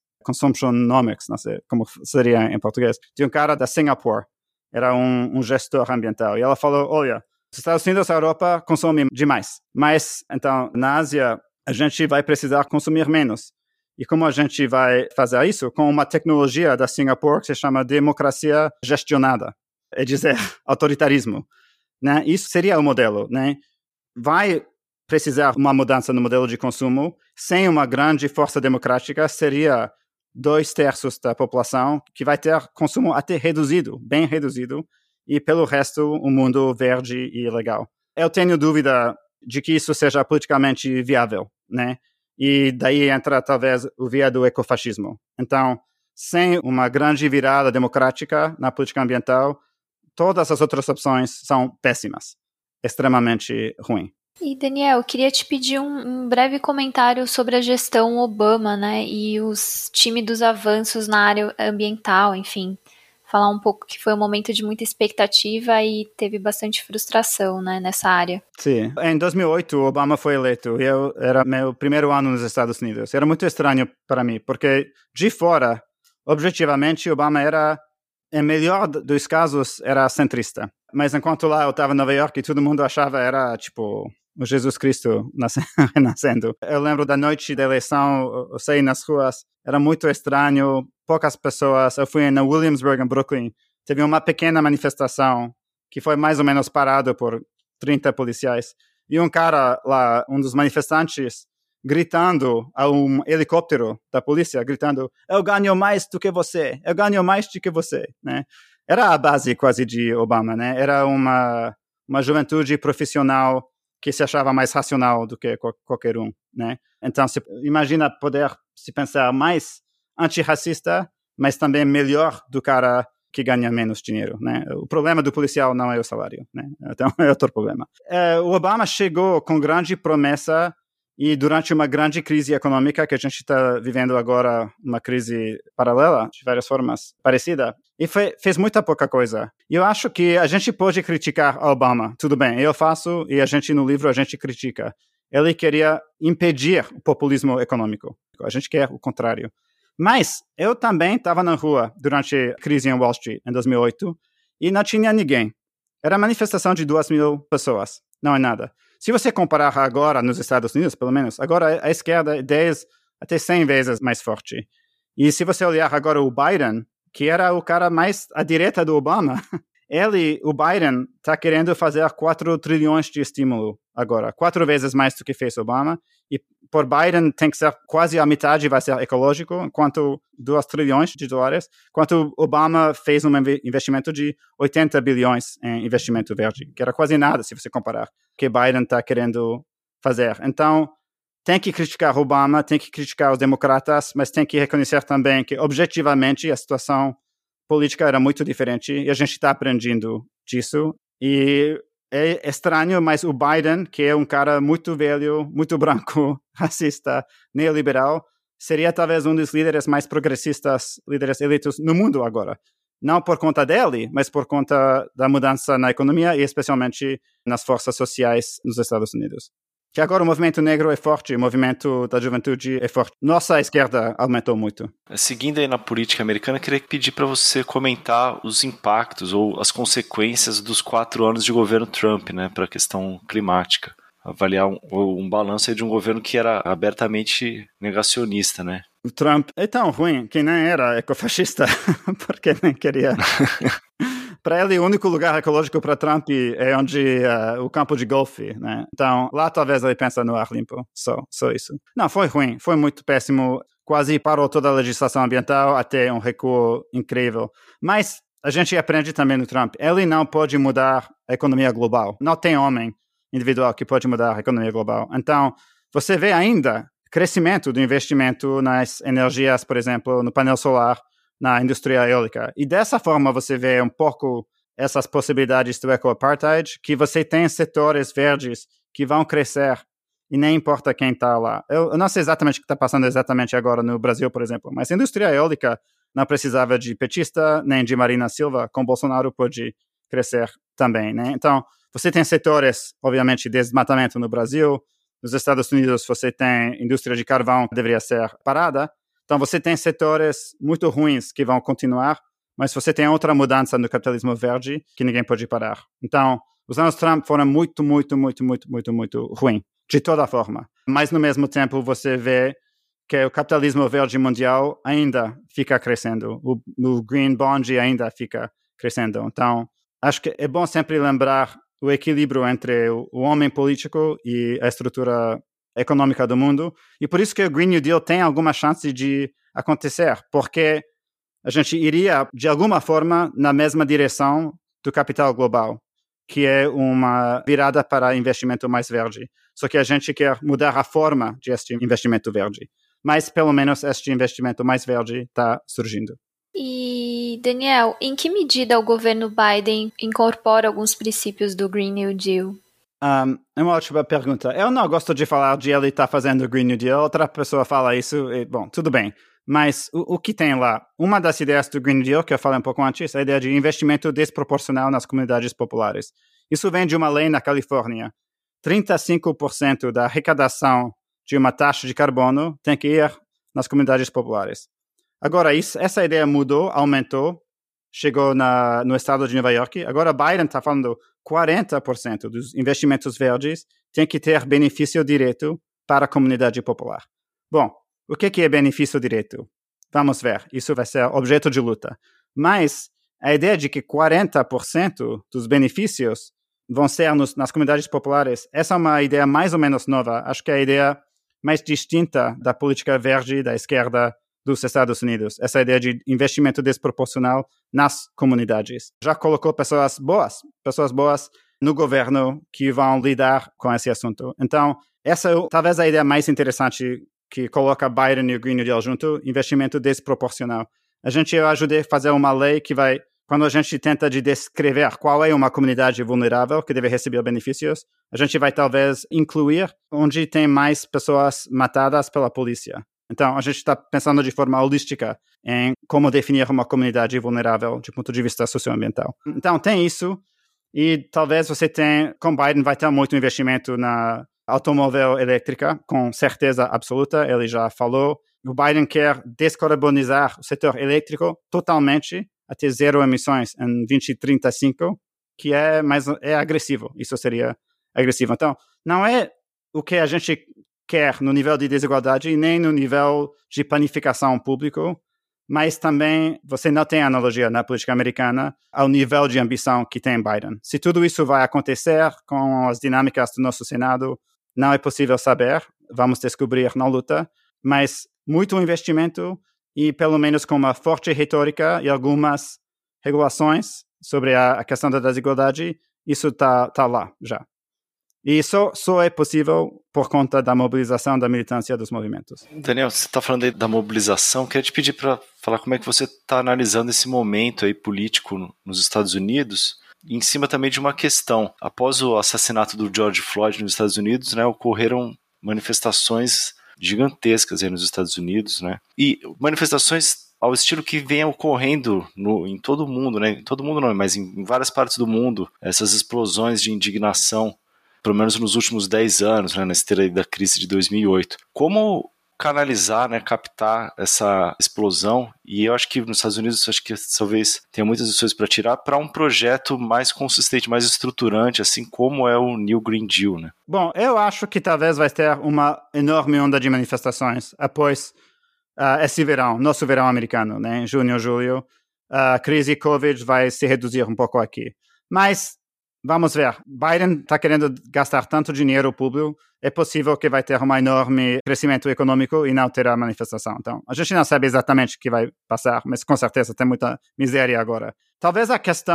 não sei como seria em português, de um cara da Singapura, era um gestor ambiental, e ela falou, olha, os Estados Unidos e a Europa consomem demais, mas então na Ásia a gente vai precisar consumir menos. E como a gente vai fazer isso? Com uma tecnologia da Singapura que se chama democracia gestionada, é dizer, autoritarismo. Né? Isso seria o modelo. Né? Vai precisar uma mudança no modelo de consumo. Sem uma grande força democrática, seria 2/3 da população que vai ter consumo até reduzido, bem reduzido, e pelo resto um mundo verde e legal. Eu tenho dúvida de que isso seja politicamente viável, né? E daí entra talvez o via do ecofascismo. Então, sem uma grande virada democrática na política ambiental, todas as outras opções são péssimas, extremamente ruins. E, Daniel, eu queria te pedir um breve comentário sobre a gestão Obama, né, e os tímidos avanços na área ambiental, enfim, falar um pouco que foi um momento de muita expectativa e teve bastante frustração, né, nessa área. Sim, em 2008 Obama foi eleito e era meu primeiro ano nos Estados Unidos. Era muito estranho para mim, porque de fora, objetivamente, Obama era em melhor dos casos, era centrista. Mas enquanto lá eu estava em Nova York e todo mundo achava era, tipo, o Jesus Cristo renascendo. Eu lembro da noite da eleição, eu saí nas ruas, era muito estranho, poucas pessoas. Eu fui na Williamsburg, em Brooklyn, teve uma pequena manifestação que foi mais ou menos parado por 30 policiais. E um cara lá, um dos manifestantes, gritando a um helicóptero da polícia, gritando, eu ganho mais do que você, eu ganho mais do que você, né? Era a base quase de Obama, né? Era uma juventude profissional que se achava mais racional do que qualquer um, né? Então, imagina poder se pensar mais antirracista, mas também melhor do cara que ganha menos dinheiro, né? O problema do policial não é o salário, né? Então, é outro problema. O Obama chegou com grande promessa e durante uma grande crise econômica que a gente está vivendo agora, uma crise paralela, de várias formas, parecida, e fez muita pouca coisa. E eu acho que a gente pode criticar Obama, tudo bem, eu faço, e a gente no livro a gente critica. Ele queria impedir o populismo econômico. A gente quer o contrário. Mas eu também estava na rua durante a crise em Wall Street, em 2008, e não tinha ninguém. Era manifestação de 2.000 pessoas, não é nada. Se você comparar agora nos Estados Unidos, pelo menos, agora a esquerda é 10 até 100 vezes mais forte. E se você olhar agora o Biden, que era o cara mais à direita do Obama, o Biden, está querendo fazer 4 trilhões de estímulo agora, 4 vezes mais do que fez Obama, e por Biden tem que ser quase a metade vai ser ecológico, enquanto 2 trilhões de dólares, enquanto Obama fez um investimento de 80 bilhões em investimento verde, que era quase nada se você comparar o que Biden está querendo fazer. Então, tem que criticar Obama, tem que criticar os democratas, mas tem que reconhecer também que, objetivamente, a situação política era muito diferente e a gente está aprendendo disso. E é estranho, mas o Biden, que é um cara muito velho, muito branco, racista, neoliberal, seria talvez um dos líderes mais progressistas, líderes eleitos no mundo agora. Não por conta dele, mas por conta da mudança na economia e especialmente nas forças sociais nos Estados Unidos. Que agora o movimento negro é forte, o movimento da juventude é forte. Nossa esquerda aumentou muito. Seguindo aí na política americana, eu queria pedir para você comentar os impactos ou as consequências dos 4 anos de governo Trump, né, para a questão climática. Avaliar um balanço aí de um governo que era abertamente negacionista, né? O Trump é tão ruim que nem era ecofascista, porque nem queria... Para ele, o único lugar ecológico para Trump é onde o campo de golfe, né? Então, lá talvez ele pensa no ar limpo, só isso. Não, foi ruim, foi muito péssimo, quase parou toda a legislação ambiental, até um recuo incrível. Mas a gente aprende também no Trump, ele não pode mudar a economia global, não tem homem individual que pode mudar a economia global. Então, você vê ainda crescimento do investimento nas energias, por exemplo, no painel solar, na indústria eólica. E dessa forma você vê um pouco essas possibilidades do eco-apartheid, que você tem setores verdes que vão crescer e nem importa quem está lá. Eu não sei exatamente o que está passando exatamente agora no Brasil, por exemplo, mas a indústria eólica não precisava de petista nem de Marina Silva, com Bolsonaro pode crescer também, né? Então, você tem setores, obviamente, de desmatamento no Brasil, nos Estados Unidos você tem indústria de carvão que deveria ser parada. Então, você tem setores muito ruins que vão continuar, mas você tem outra mudança no capitalismo verde que ninguém pode parar. Então, os anos Trump foram muito ruins, de toda forma. Mas, no mesmo tempo, você vê que o capitalismo verde mundial ainda fica crescendo. O Green Bond ainda fica crescendo. Então, acho que é bom sempre lembrar o equilíbrio entre o homem político e a estrutura econômica do mundo, e por isso que o Green New Deal tem alguma chance de acontecer, porque a gente iria, de alguma forma, na mesma direção do capital global, que é uma virada para investimento mais verde. Só que a gente quer mudar a forma deste investimento verde. Mas, pelo menos, este investimento mais verde está surgindo. E, Daniel, em que medida o governo Biden incorpora alguns princípios do Green New Deal? É uma ótima pergunta. Eu não gosto de falar de ele estar fazendo o Green New Deal. Outra pessoa fala isso, e, bom, tudo bem. Mas o que tem lá? Uma das ideias do Green New Deal, que eu falei um pouco antes, é a ideia de investimento desproporcional nas comunidades populares. Isso vem de uma lei na Califórnia. 35% da arrecadação de uma taxa de carbono tem que ir nas comunidades populares. Agora, essa ideia mudou, aumentou, chegou no estado de Nova York. Agora Biden está falando 40% dos investimentos verdes tem que ter benefício direto para a comunidade popular. Bom, o que é benefício direto? Vamos ver, isso vai ser objeto de luta. Mas a ideia de que 40% dos benefícios vão ser nas comunidades populares, essa é uma ideia mais ou menos nova. Acho que é a ideia mais distinta da política verde da esquerda dos Estados Unidos. Essa ideia de investimento desproporcional nas comunidades. Já colocou pessoas boas no governo que vão lidar com esse assunto. Então, essa é talvez a ideia mais interessante que coloca Biden e o Green New Deal junto, investimento desproporcional. Eu ajudei a fazer uma lei que vai, quando a gente tenta de descrever qual é uma comunidade vulnerável que deve receber benefícios, a gente vai talvez incluir onde tem mais pessoas matadas pela polícia. Então, a gente está pensando de forma holística em como definir uma comunidade vulnerável de ponto de vista socioambiental. Então, tem isso, e talvez com Biden vai ter muito investimento na automóvel elétrica, com certeza absoluta, ele já falou. O Biden quer descarbonizar o setor elétrico totalmente, até zero emissões em 2035, que é agressivo. Isso seria agressivo. Então, não é o que a gente quer no nível de desigualdade, nem no nível de planificação público, mas também você não tem analogia na política americana ao nível de ambição que tem Biden. Se tudo isso vai acontecer com as dinâmicas do nosso Senado, não é possível saber, vamos descobrir na luta, mas muito investimento e pelo menos com uma forte retórica e algumas regulações sobre a questão da desigualdade, isso tá lá já. E só é possível por conta da mobilização da militância dos movimentos. Daniel, você está falando aí da mobilização, queria te pedir para falar como é que você está analisando esse momento aí político nos Estados Unidos, e em cima também de uma questão. Após o assassinato do George Floyd nos Estados Unidos, né, ocorreram manifestações gigantescas aí nos Estados Unidos, né, e manifestações ao estilo que vem ocorrendo em todo o mundo, né, em todo o mundo não, mas em várias partes do mundo, essas explosões de indignação, pelo menos nos últimos 10 anos, né, na esteira da crise de 2008. Como canalizar, né, captar essa explosão, e eu acho que nos Estados Unidos, acho que talvez tenha muitas lições para tirar, para um projeto mais consistente, mais estruturante, assim como é o New Green Deal, né? Bom, eu acho que talvez vai ter uma enorme onda de manifestações após esse verão, nosso verão americano, né, em junho, julho. A crise Covid vai se reduzir um pouco aqui. Mas vamos ver, Biden está querendo gastar tanto dinheiro público, é possível que vai ter um enorme crescimento econômico e não terá manifestação. Então, a gente não sabe exatamente o que vai passar, mas com certeza tem muita miséria agora. Talvez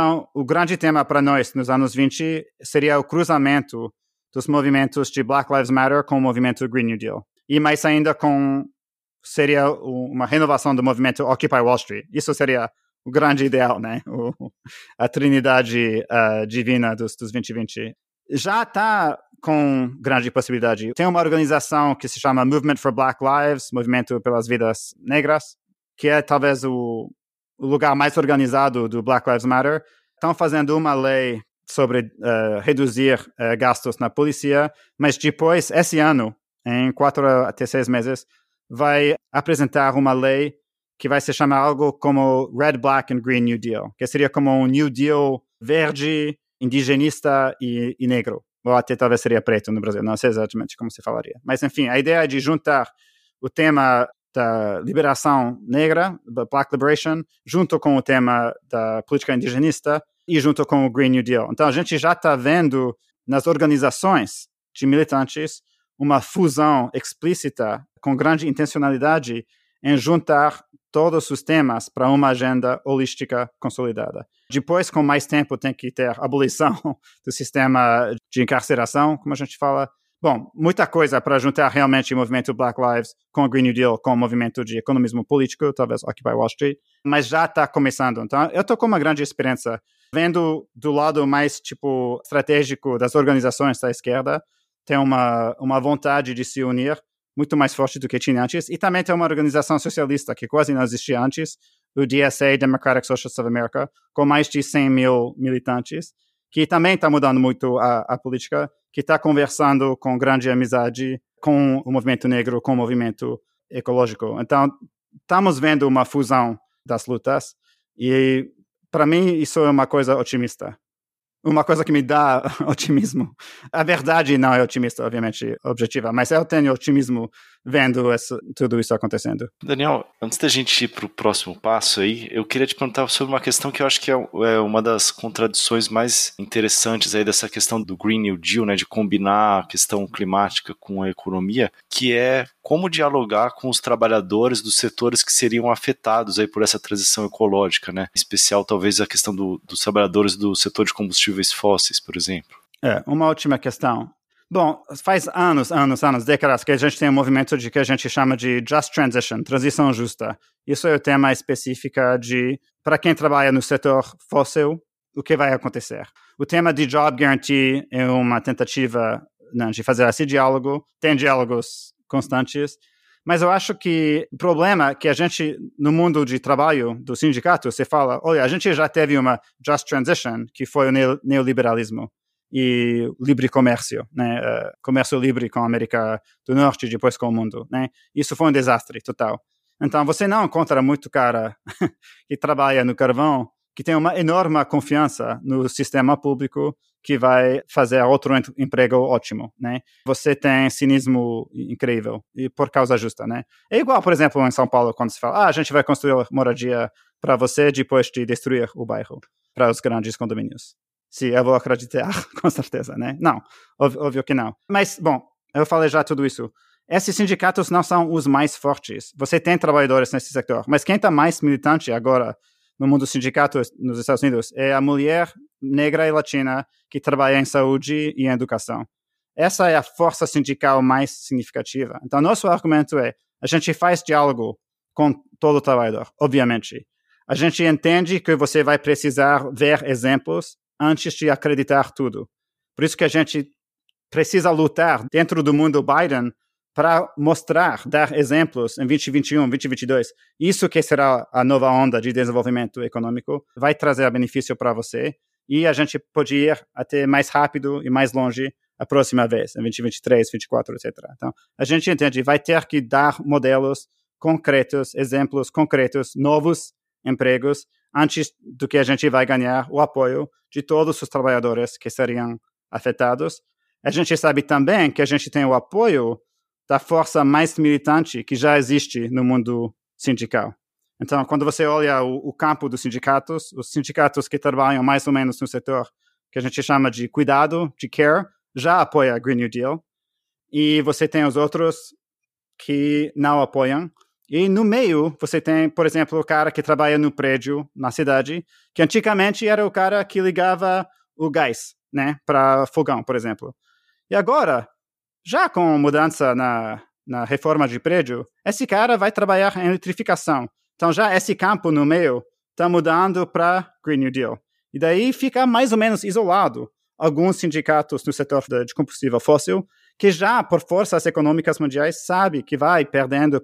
o grande tema para nós nos anos 20 seria o cruzamento dos movimentos de Black Lives Matter com o movimento Green New Deal. E mais ainda seria uma renovação do movimento Occupy Wall Street. Isso seria o grande ideal, né? A trinidade divina dos 2020. Já está com grande possibilidade. Tem uma organização que se chama Movement for Black Lives, Movimento pelas Vidas Negras, que é talvez o lugar mais organizado do Black Lives Matter. Estão fazendo uma lei sobre reduzir gastos na polícia, mas depois, esse ano, em 4 até 6 meses, vai apresentar uma lei que vai se chamar algo como Red, Black and Green New Deal, que seria como um New Deal verde, indigenista e negro. Ou até talvez seria preto no Brasil, não sei exatamente como se falaria. Mas, enfim, a ideia é de juntar o tema da liberação negra, da Black Liberation, junto com o tema da política indigenista e junto com o Green New Deal. Então, a gente já está vendo nas organizações de militantes uma fusão explícita com grande intencionalidade em juntar todos os temas para uma agenda holística consolidada. Depois, com mais tempo, tem que ter abolição do sistema de encarceração, como a gente fala. Bom, muita coisa para juntar realmente o movimento Black Lives com o Green New Deal, com o movimento de economismo político, talvez Occupy Wall Street, mas já está começando. Então, eu estou com uma grande esperança, vendo do lado mais estratégico das organizações da esquerda, tem uma vontade de se unir muito mais forte do que tinha antes, e também tem uma organização socialista que quase não existia antes, o DSA, Democratic Socialists of America, com mais de 100 mil militantes, que também está mudando muito a política, que está conversando com grande amizade com o movimento negro, com o movimento ecológico. Então, estamos vendo uma fusão das lutas, e para mim, isso é uma coisa otimista. Uma coisa que me dá otimismo. A verdade não é otimista, obviamente, objetiva, mas eu tenho otimismo vendo tudo isso acontecendo. Daniel, antes da gente ir para o próximo passo aí, eu queria te perguntar sobre uma questão que eu acho que é uma das contradições mais interessantes aí dessa questão do Green New Deal, né, de combinar a questão climática com a economia, que é como dialogar com os trabalhadores dos setores que seriam afetados aí por essa transição ecológica, né? Em especial, talvez, a questão dos trabalhadores do setor de combustíveis fósseis, por exemplo. Uma última questão. Bom, faz anos, décadas que a gente tem um movimento que a gente chama de Just Transition, transição justa. Isso é o tema específico para quem trabalha no setor fóssil, o que vai acontecer. O tema de Job Guarantee é uma tentativa de fazer esse diálogo, tem diálogos constantes, mas eu acho que o problema é que a gente, no mundo de trabalho do sindicato, você fala, olha, a gente já teve uma Just Transition, que foi o neoliberalismo e livre comércio, né? Comércio livre com a América do Norte e depois com o mundo, né? Isso foi um desastre total. Então, você não encontra muito cara que trabalha no carvão, que tem uma enorme confiança no sistema público, que vai fazer outro emprego ótimo, né? Você tem cinismo incrível, e por causa justa, né? É igual, por exemplo, em São Paulo, quando se fala, a gente vai construir moradia para você depois de destruir o bairro, para os grandes condomínios. Sim, eu vou acreditar, com certeza, né? Não, óbvio que não. Mas, bom, eu falei já tudo isso. Esses sindicatos não são os mais fortes. Você tem trabalhadores nesse setor, mas quem está mais militante agora no mundo dos sindicatos nos Estados Unidos é a mulher negra e latina que trabalha em saúde e em educação. Essa é a força sindical mais significativa. Então, nosso argumento é, a gente faz diálogo com todo trabalhador, obviamente. A gente entende que você vai precisar ver exemplos antes de acreditar tudo. Por isso que a gente precisa lutar dentro do mundo Biden para mostrar, dar exemplos em 2021, 2022. Isso que será a nova onda de desenvolvimento econômico, vai trazer benefício para você e a gente pode ir até mais rápido e mais longe a próxima vez, em 2023, 2024, etc. Então, a gente entende, vai ter que dar modelos concretos, exemplos concretos, novos empregos, antes do que a gente vai ganhar o apoio de todos os trabalhadores que seriam afetados. A gente sabe também que a gente tem o apoio da força mais militante que já existe no mundo sindical. Então, quando você olha o campo dos sindicatos, os sindicatos que trabalham mais ou menos no setor que a gente chama de cuidado, de care, já apoia a Green New Deal. E você tem os outros que não apoiam. E no meio, você tem, por exemplo, o cara que trabalha no prédio, na cidade, que antigamente era o cara que ligava o gás, né, para fogão, por exemplo. E agora, já com mudança na reforma de prédio, esse cara vai trabalhar em eletrificação. Então, já esse campo no meio está mudando para Green New Deal. E daí fica mais ou menos isolado alguns sindicatos no setor de combustível fóssil que já, por forças econômicas mundiais, sabe que vai perdendo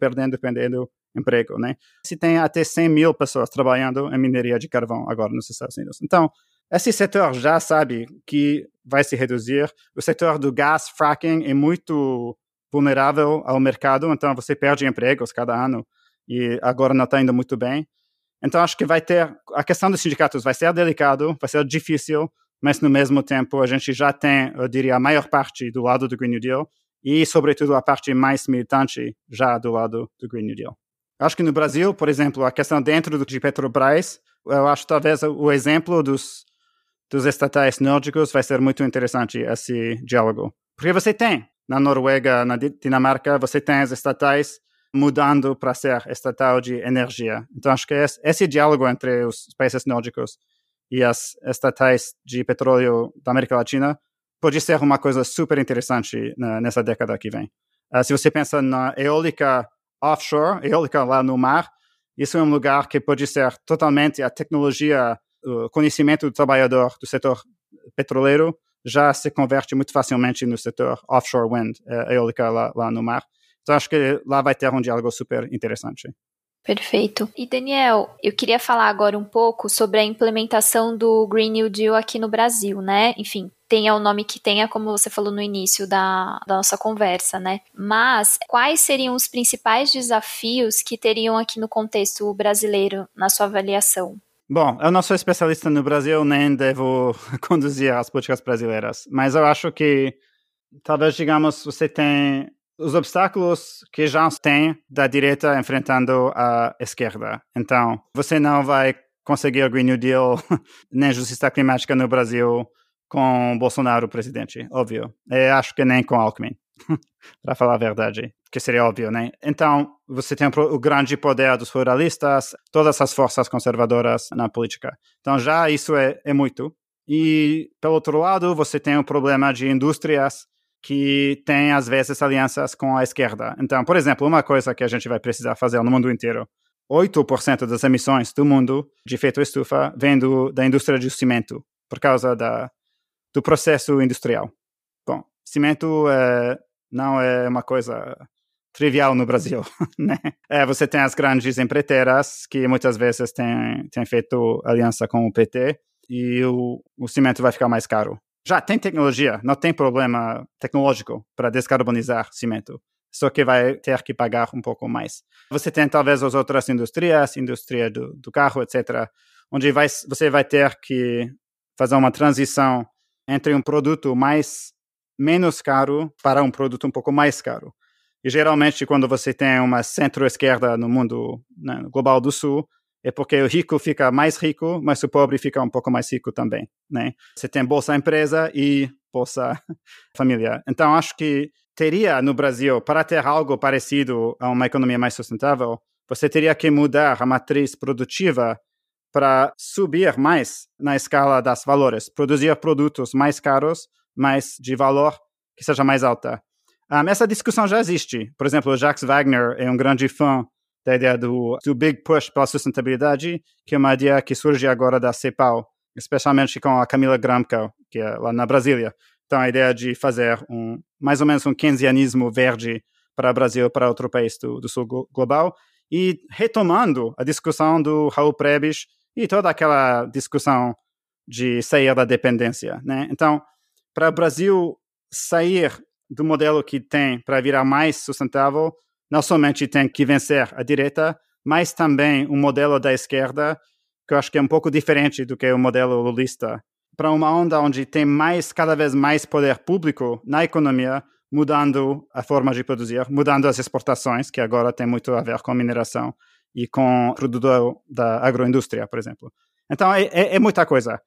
emprego, né? Se tem até 100 mil pessoas trabalhando em mineria de carvão agora nos Estados Unidos. Então, esse setor já sabe que vai se reduzir. O setor do gás fracking é muito vulnerável ao mercado, então você perde empregos cada ano e agora não está indo muito bem. Então, acho que a questão dos sindicatos vai ser delicado, vai ser difícil, mas no mesmo tempo a gente já tem, eu diria, a maior parte do lado do Green New Deal e, sobretudo, a parte mais militante já do lado do Green New Deal. Acho que no Brasil, por exemplo, a questão dentro de Petrobras, eu acho talvez o exemplo dos estatais nórdicos vai ser muito interessante esse diálogo. Porque você tem, na Noruega, na Dinamarca, você tem as estatais mudando para ser estatal de energia. Então, acho que esse diálogo entre os países nórdicos e as estatais de petróleo da América Latina pode ser uma coisa super interessante nessa década que vem. Se você pensa na eólica offshore, eólica lá no mar, isso é um lugar que pode ser totalmente a tecnologia, o conhecimento do trabalhador do setor petroleiro já se converte muito facilmente no setor offshore wind, eólica lá no mar. Então, acho que lá vai ter um diálogo super interessante. Perfeito. E, Daniel, eu queria falar agora um pouco sobre a implementação do Green New Deal aqui no Brasil, né? Enfim, tenha o nome que tenha, como você falou no início da nossa conversa, né? Mas quais seriam os principais desafios que teriam aqui no contexto brasileiro, na sua avaliação? Bom, eu não sou especialista no Brasil, nem devo conduzir as políticas brasileiras, mas eu acho que talvez, digamos, você tem os obstáculos que já tem da direita enfrentando a esquerda. Então, você não vai conseguir o Green New Deal nem justiça climática no Brasil com Bolsonaro presidente, óbvio. Eu acho que nem com Alckmin, para falar a verdade, que seria óbvio, né? Então, você tem o grande poder dos ruralistas, todas as forças conservadoras na política. Então, já isso é muito. E, pelo outro lado, você tem o problema de indústrias que têm, às vezes, alianças com a esquerda. Então, por exemplo, uma coisa que a gente vai precisar fazer no mundo inteiro, 8% das emissões do mundo de efeito estufa vem da indústria de cimento, por causa do processo industrial. Bom, cimento não é uma coisa trivial no Brasil, né? Você tem as grandes empreiteiras que muitas vezes têm feito aliança com o PT e o cimento vai ficar mais caro. Já tem tecnologia, não tem problema tecnológico para descarbonizar cimento, só que vai ter que pagar um pouco mais. Você tem talvez as outras indústrias, indústria do carro, etc., onde você vai ter que fazer uma transição entre um produto menos caro para um produto um pouco mais caro. E geralmente quando você tem uma centro-esquerda no mundo, né, global do sul, é porque o rico fica mais rico, mas o pobre fica um pouco mais rico também, né? Você tem Bolsa Empresa e Bolsa Família. Então, acho que teria no Brasil, para ter algo parecido a uma economia mais sustentável, você teria que mudar a matriz produtiva para subir mais na escala das valores, produzir produtos mais caros, mas de valor que seja mais alta. Essa discussão já existe. Por exemplo, o Jacques Wagner é um grande fã da ideia do Big Push pela sustentabilidade, que é uma ideia que surge agora da CEPAL, especialmente com a Camila Gramka, que é lá na Brasília. Então, a ideia de fazer mais ou menos um keynesianismo verde para o Brasil e para outro país do sul global, e retomando a discussão do Raul Prebisch e toda aquela discussão de sair da dependência, né? Então, para o Brasil sair do modelo que tem para virar mais sustentável, não somente tem que vencer a direita, mas também um modelo da esquerda, que eu acho que é um pouco diferente do que o modelo lulista, para uma onda onde tem cada vez mais poder público na economia, mudando a forma de produzir, mudando as exportações, que agora tem muito a ver com mineração e com o produto da agroindústria, por exemplo. Então, é muita coisa.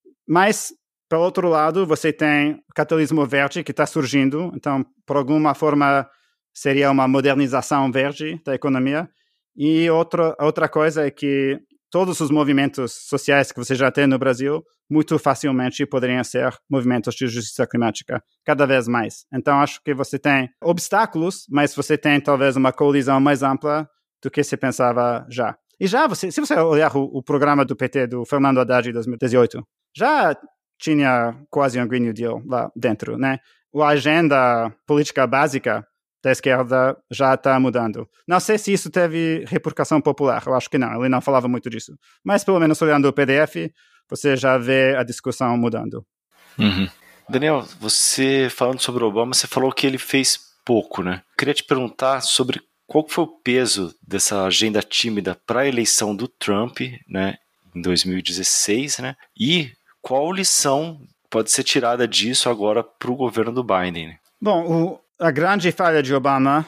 Mas, pelo outro lado, você tem o capitalismo verde que está surgindo. Então, por alguma forma, seria uma modernização verde da economia. E outra coisa é que todos os movimentos sociais que você já tem no Brasil, muito facilmente poderiam ser movimentos de justiça climática, cada vez mais. Então, acho que você tem obstáculos, mas você tem talvez uma coalizão mais ampla do que se pensava já. E já, se você olhar o programa do PT, do Fernando Haddad de 2018, já tinha quase um Green New Deal lá dentro, né? A agenda política básica da esquerda já está mudando. Não sei se isso teve repercussão popular, eu acho que não, ele não falava muito disso. Mas pelo menos olhando o PDF, você já vê a discussão mudando. Uhum. Daniel, você falando sobre o Obama, você falou que ele fez pouco, né? Queria te perguntar sobre qual foi o peso dessa agenda tímida para a eleição do Trump, né, em 2016, né? E qual lição pode ser tirada disso agora para o governo do Biden? Né? Bom, a grande falha de Obama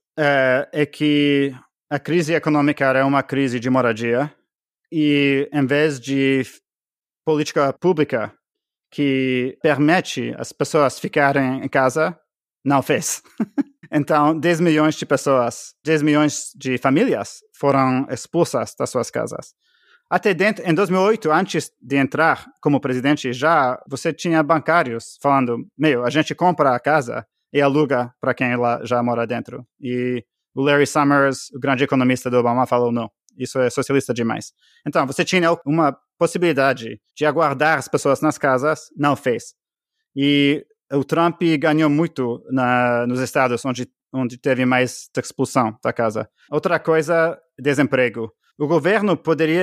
é que a crise econômica era uma crise de moradia e, em vez de política pública que permite as pessoas ficarem em casa, não fez. Então, 10 milhões de pessoas, 10 milhões de famílias foram expulsas das suas casas. Até em 2008, antes de entrar como presidente, já você tinha bancários falando, a gente compra a casa e aluga para quem lá já mora dentro. E o Larry Summers, o grande economista do Obama, falou, não, isso é socialista demais. Então, você tinha uma possibilidade de aguardar as pessoas nas casas, não fez. E o Trump ganhou muito nos estados onde teve mais expulsão da casa. Outra coisa, desemprego. O governo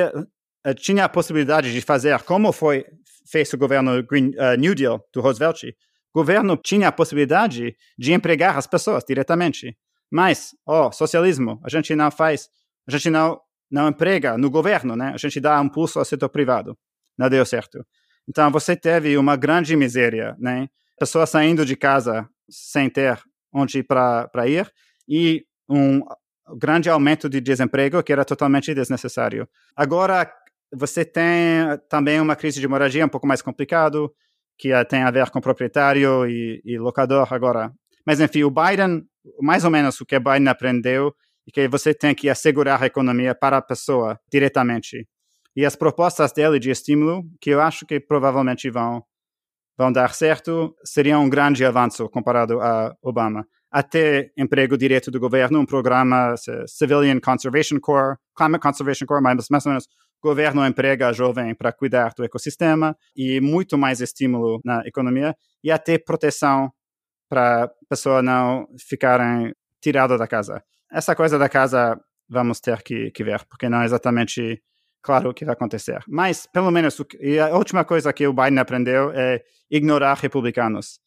tinha a possibilidade de fazer, como fez o governo New Deal do Roosevelt, o governo tinha a possibilidade de empregar as pessoas diretamente. Mas, socialismo, a gente não não emprega no governo, né? A gente dá impulso ao setor privado. Não deu certo. Então, você teve uma grande miséria, né? Pessoas saindo de casa sem ter onde para ir e um grande aumento de desemprego que era totalmente desnecessário. Agora, você tem também uma crise de moradia um pouco mais complicado, que tem a ver com proprietário e locador agora. Mas, enfim, o Biden, mais ou menos o que o Biden aprendeu, é que você tem que assegurar a economia para a pessoa diretamente. E as propostas dele de estímulo, que eu acho que provavelmente vão dar certo, seriam um grande avanço comparado a Obama. Até emprego direto do governo, um programa Civilian Conservation Corps, Climate Conservation Corps, mais ou menos, o governo emprega a jovem para cuidar do ecossistema e muito mais estímulo na economia e até proteção para a pessoa não ficarem tirada da casa. Essa coisa da casa vamos ter que ver, porque não é exatamente claro o que vai acontecer. Mas, pelo menos, a última coisa que o Biden aprendeu é ignorar republicanos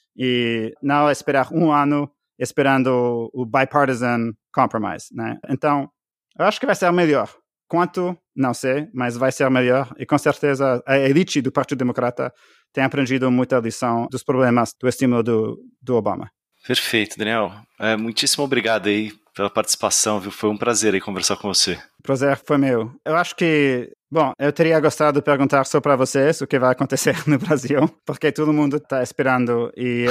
e não esperar um ano esperando o bipartisan compromise, né? Então, eu acho que vai ser melhor. Quanto? Não sei, mas vai ser melhor. E, com certeza, a elite do Partido Democrata tem aprendido muita lição dos problemas do estímulo do Obama. Perfeito, Daniel. Muitíssimo obrigado aí pela participação, viu? Foi um prazer aí conversar com você. O prazer foi meu. Eu acho que, eu teria gostado de perguntar só para vocês o que vai acontecer no Brasil, porque todo mundo está esperando e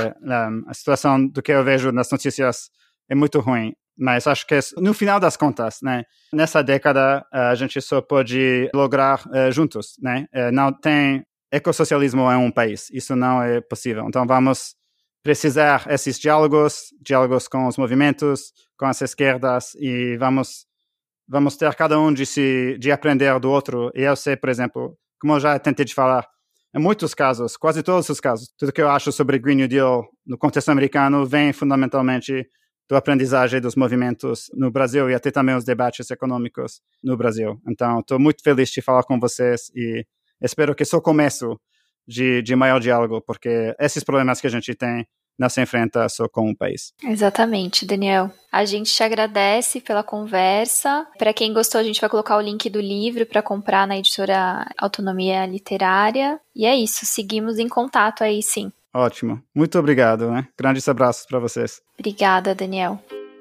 a situação do que eu vejo nas notícias é muito ruim. Mas acho que no final das contas, né, nessa década a gente só pode lograr juntos, né? Não tem ecossocialismo em um país, isso não é possível. Então vamos precisar esses diálogos com os movimentos, com as esquerdas e vamos ter cada um de aprender do outro. E eu sei, por exemplo, como eu já tentei de falar, em muitos casos, quase todos os casos, tudo que eu acho sobre Green New Deal no contexto americano vem fundamentalmente da aprendizagem dos movimentos no Brasil e até também os debates econômicos no Brasil. Então, estou muito feliz de falar com vocês e espero que só começo de maior diálogo, porque esses problemas que a gente tem não se enfrenta só com um país. Exatamente, Daniel. A gente te agradece pela conversa. Para quem gostou, a gente vai colocar o link do livro para comprar na editora Autonomia Literária. E é isso, seguimos em contato aí, sim. Ótimo. Muito obrigado, né? Grandes abraços para vocês. Obrigada, Daniel.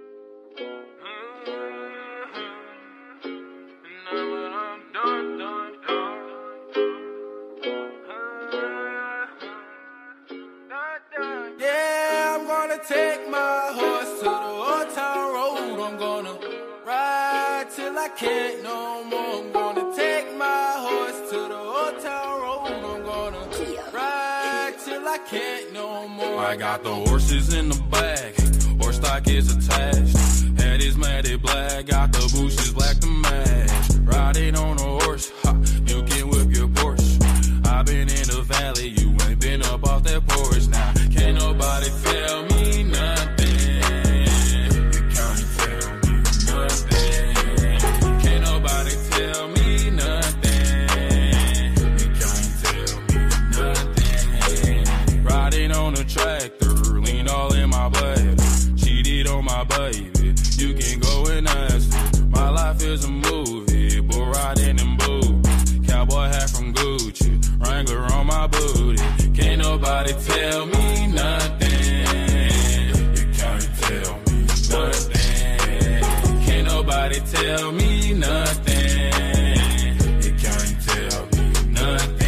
Take my horse to the old town road. I'm gonna ride till I can't no more. I'm gonna take my horse to the old town road. I'm gonna ride till I can't no more. I got the horses in the bag, horse stock is attached. Head is matted black, got the bushes black to match. Riding on a horse, ha, you can whip your Porsche. I've been in the valley, you ain't been up off that porch. Now can't nobody tell me nothing. You can't tell me nothing. Can't nobody tell me nothing. You can't tell me nothing. Riding on a tractor, lean all in my blood. Cheated on my baby, you can go and ask her. My life is a movie, bull riding in boots. Cowboy hat from Gucci, Wrangler on my booty. Can't nobody tell me nothing. You can't tell me nothing. Can't nobody tell me nothing. You can't tell me nothing.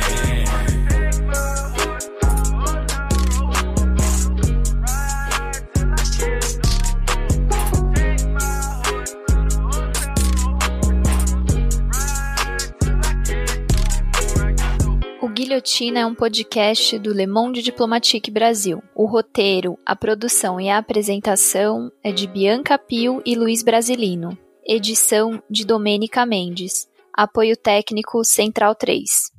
O Guilhotina é um podcast do Le Monde Diplomatique Brasil. O roteiro, a produção e a apresentação é de Bianca Pio e Luiz Brasilino. Edição de Domênica Mendes. Apoio técnico Central 3.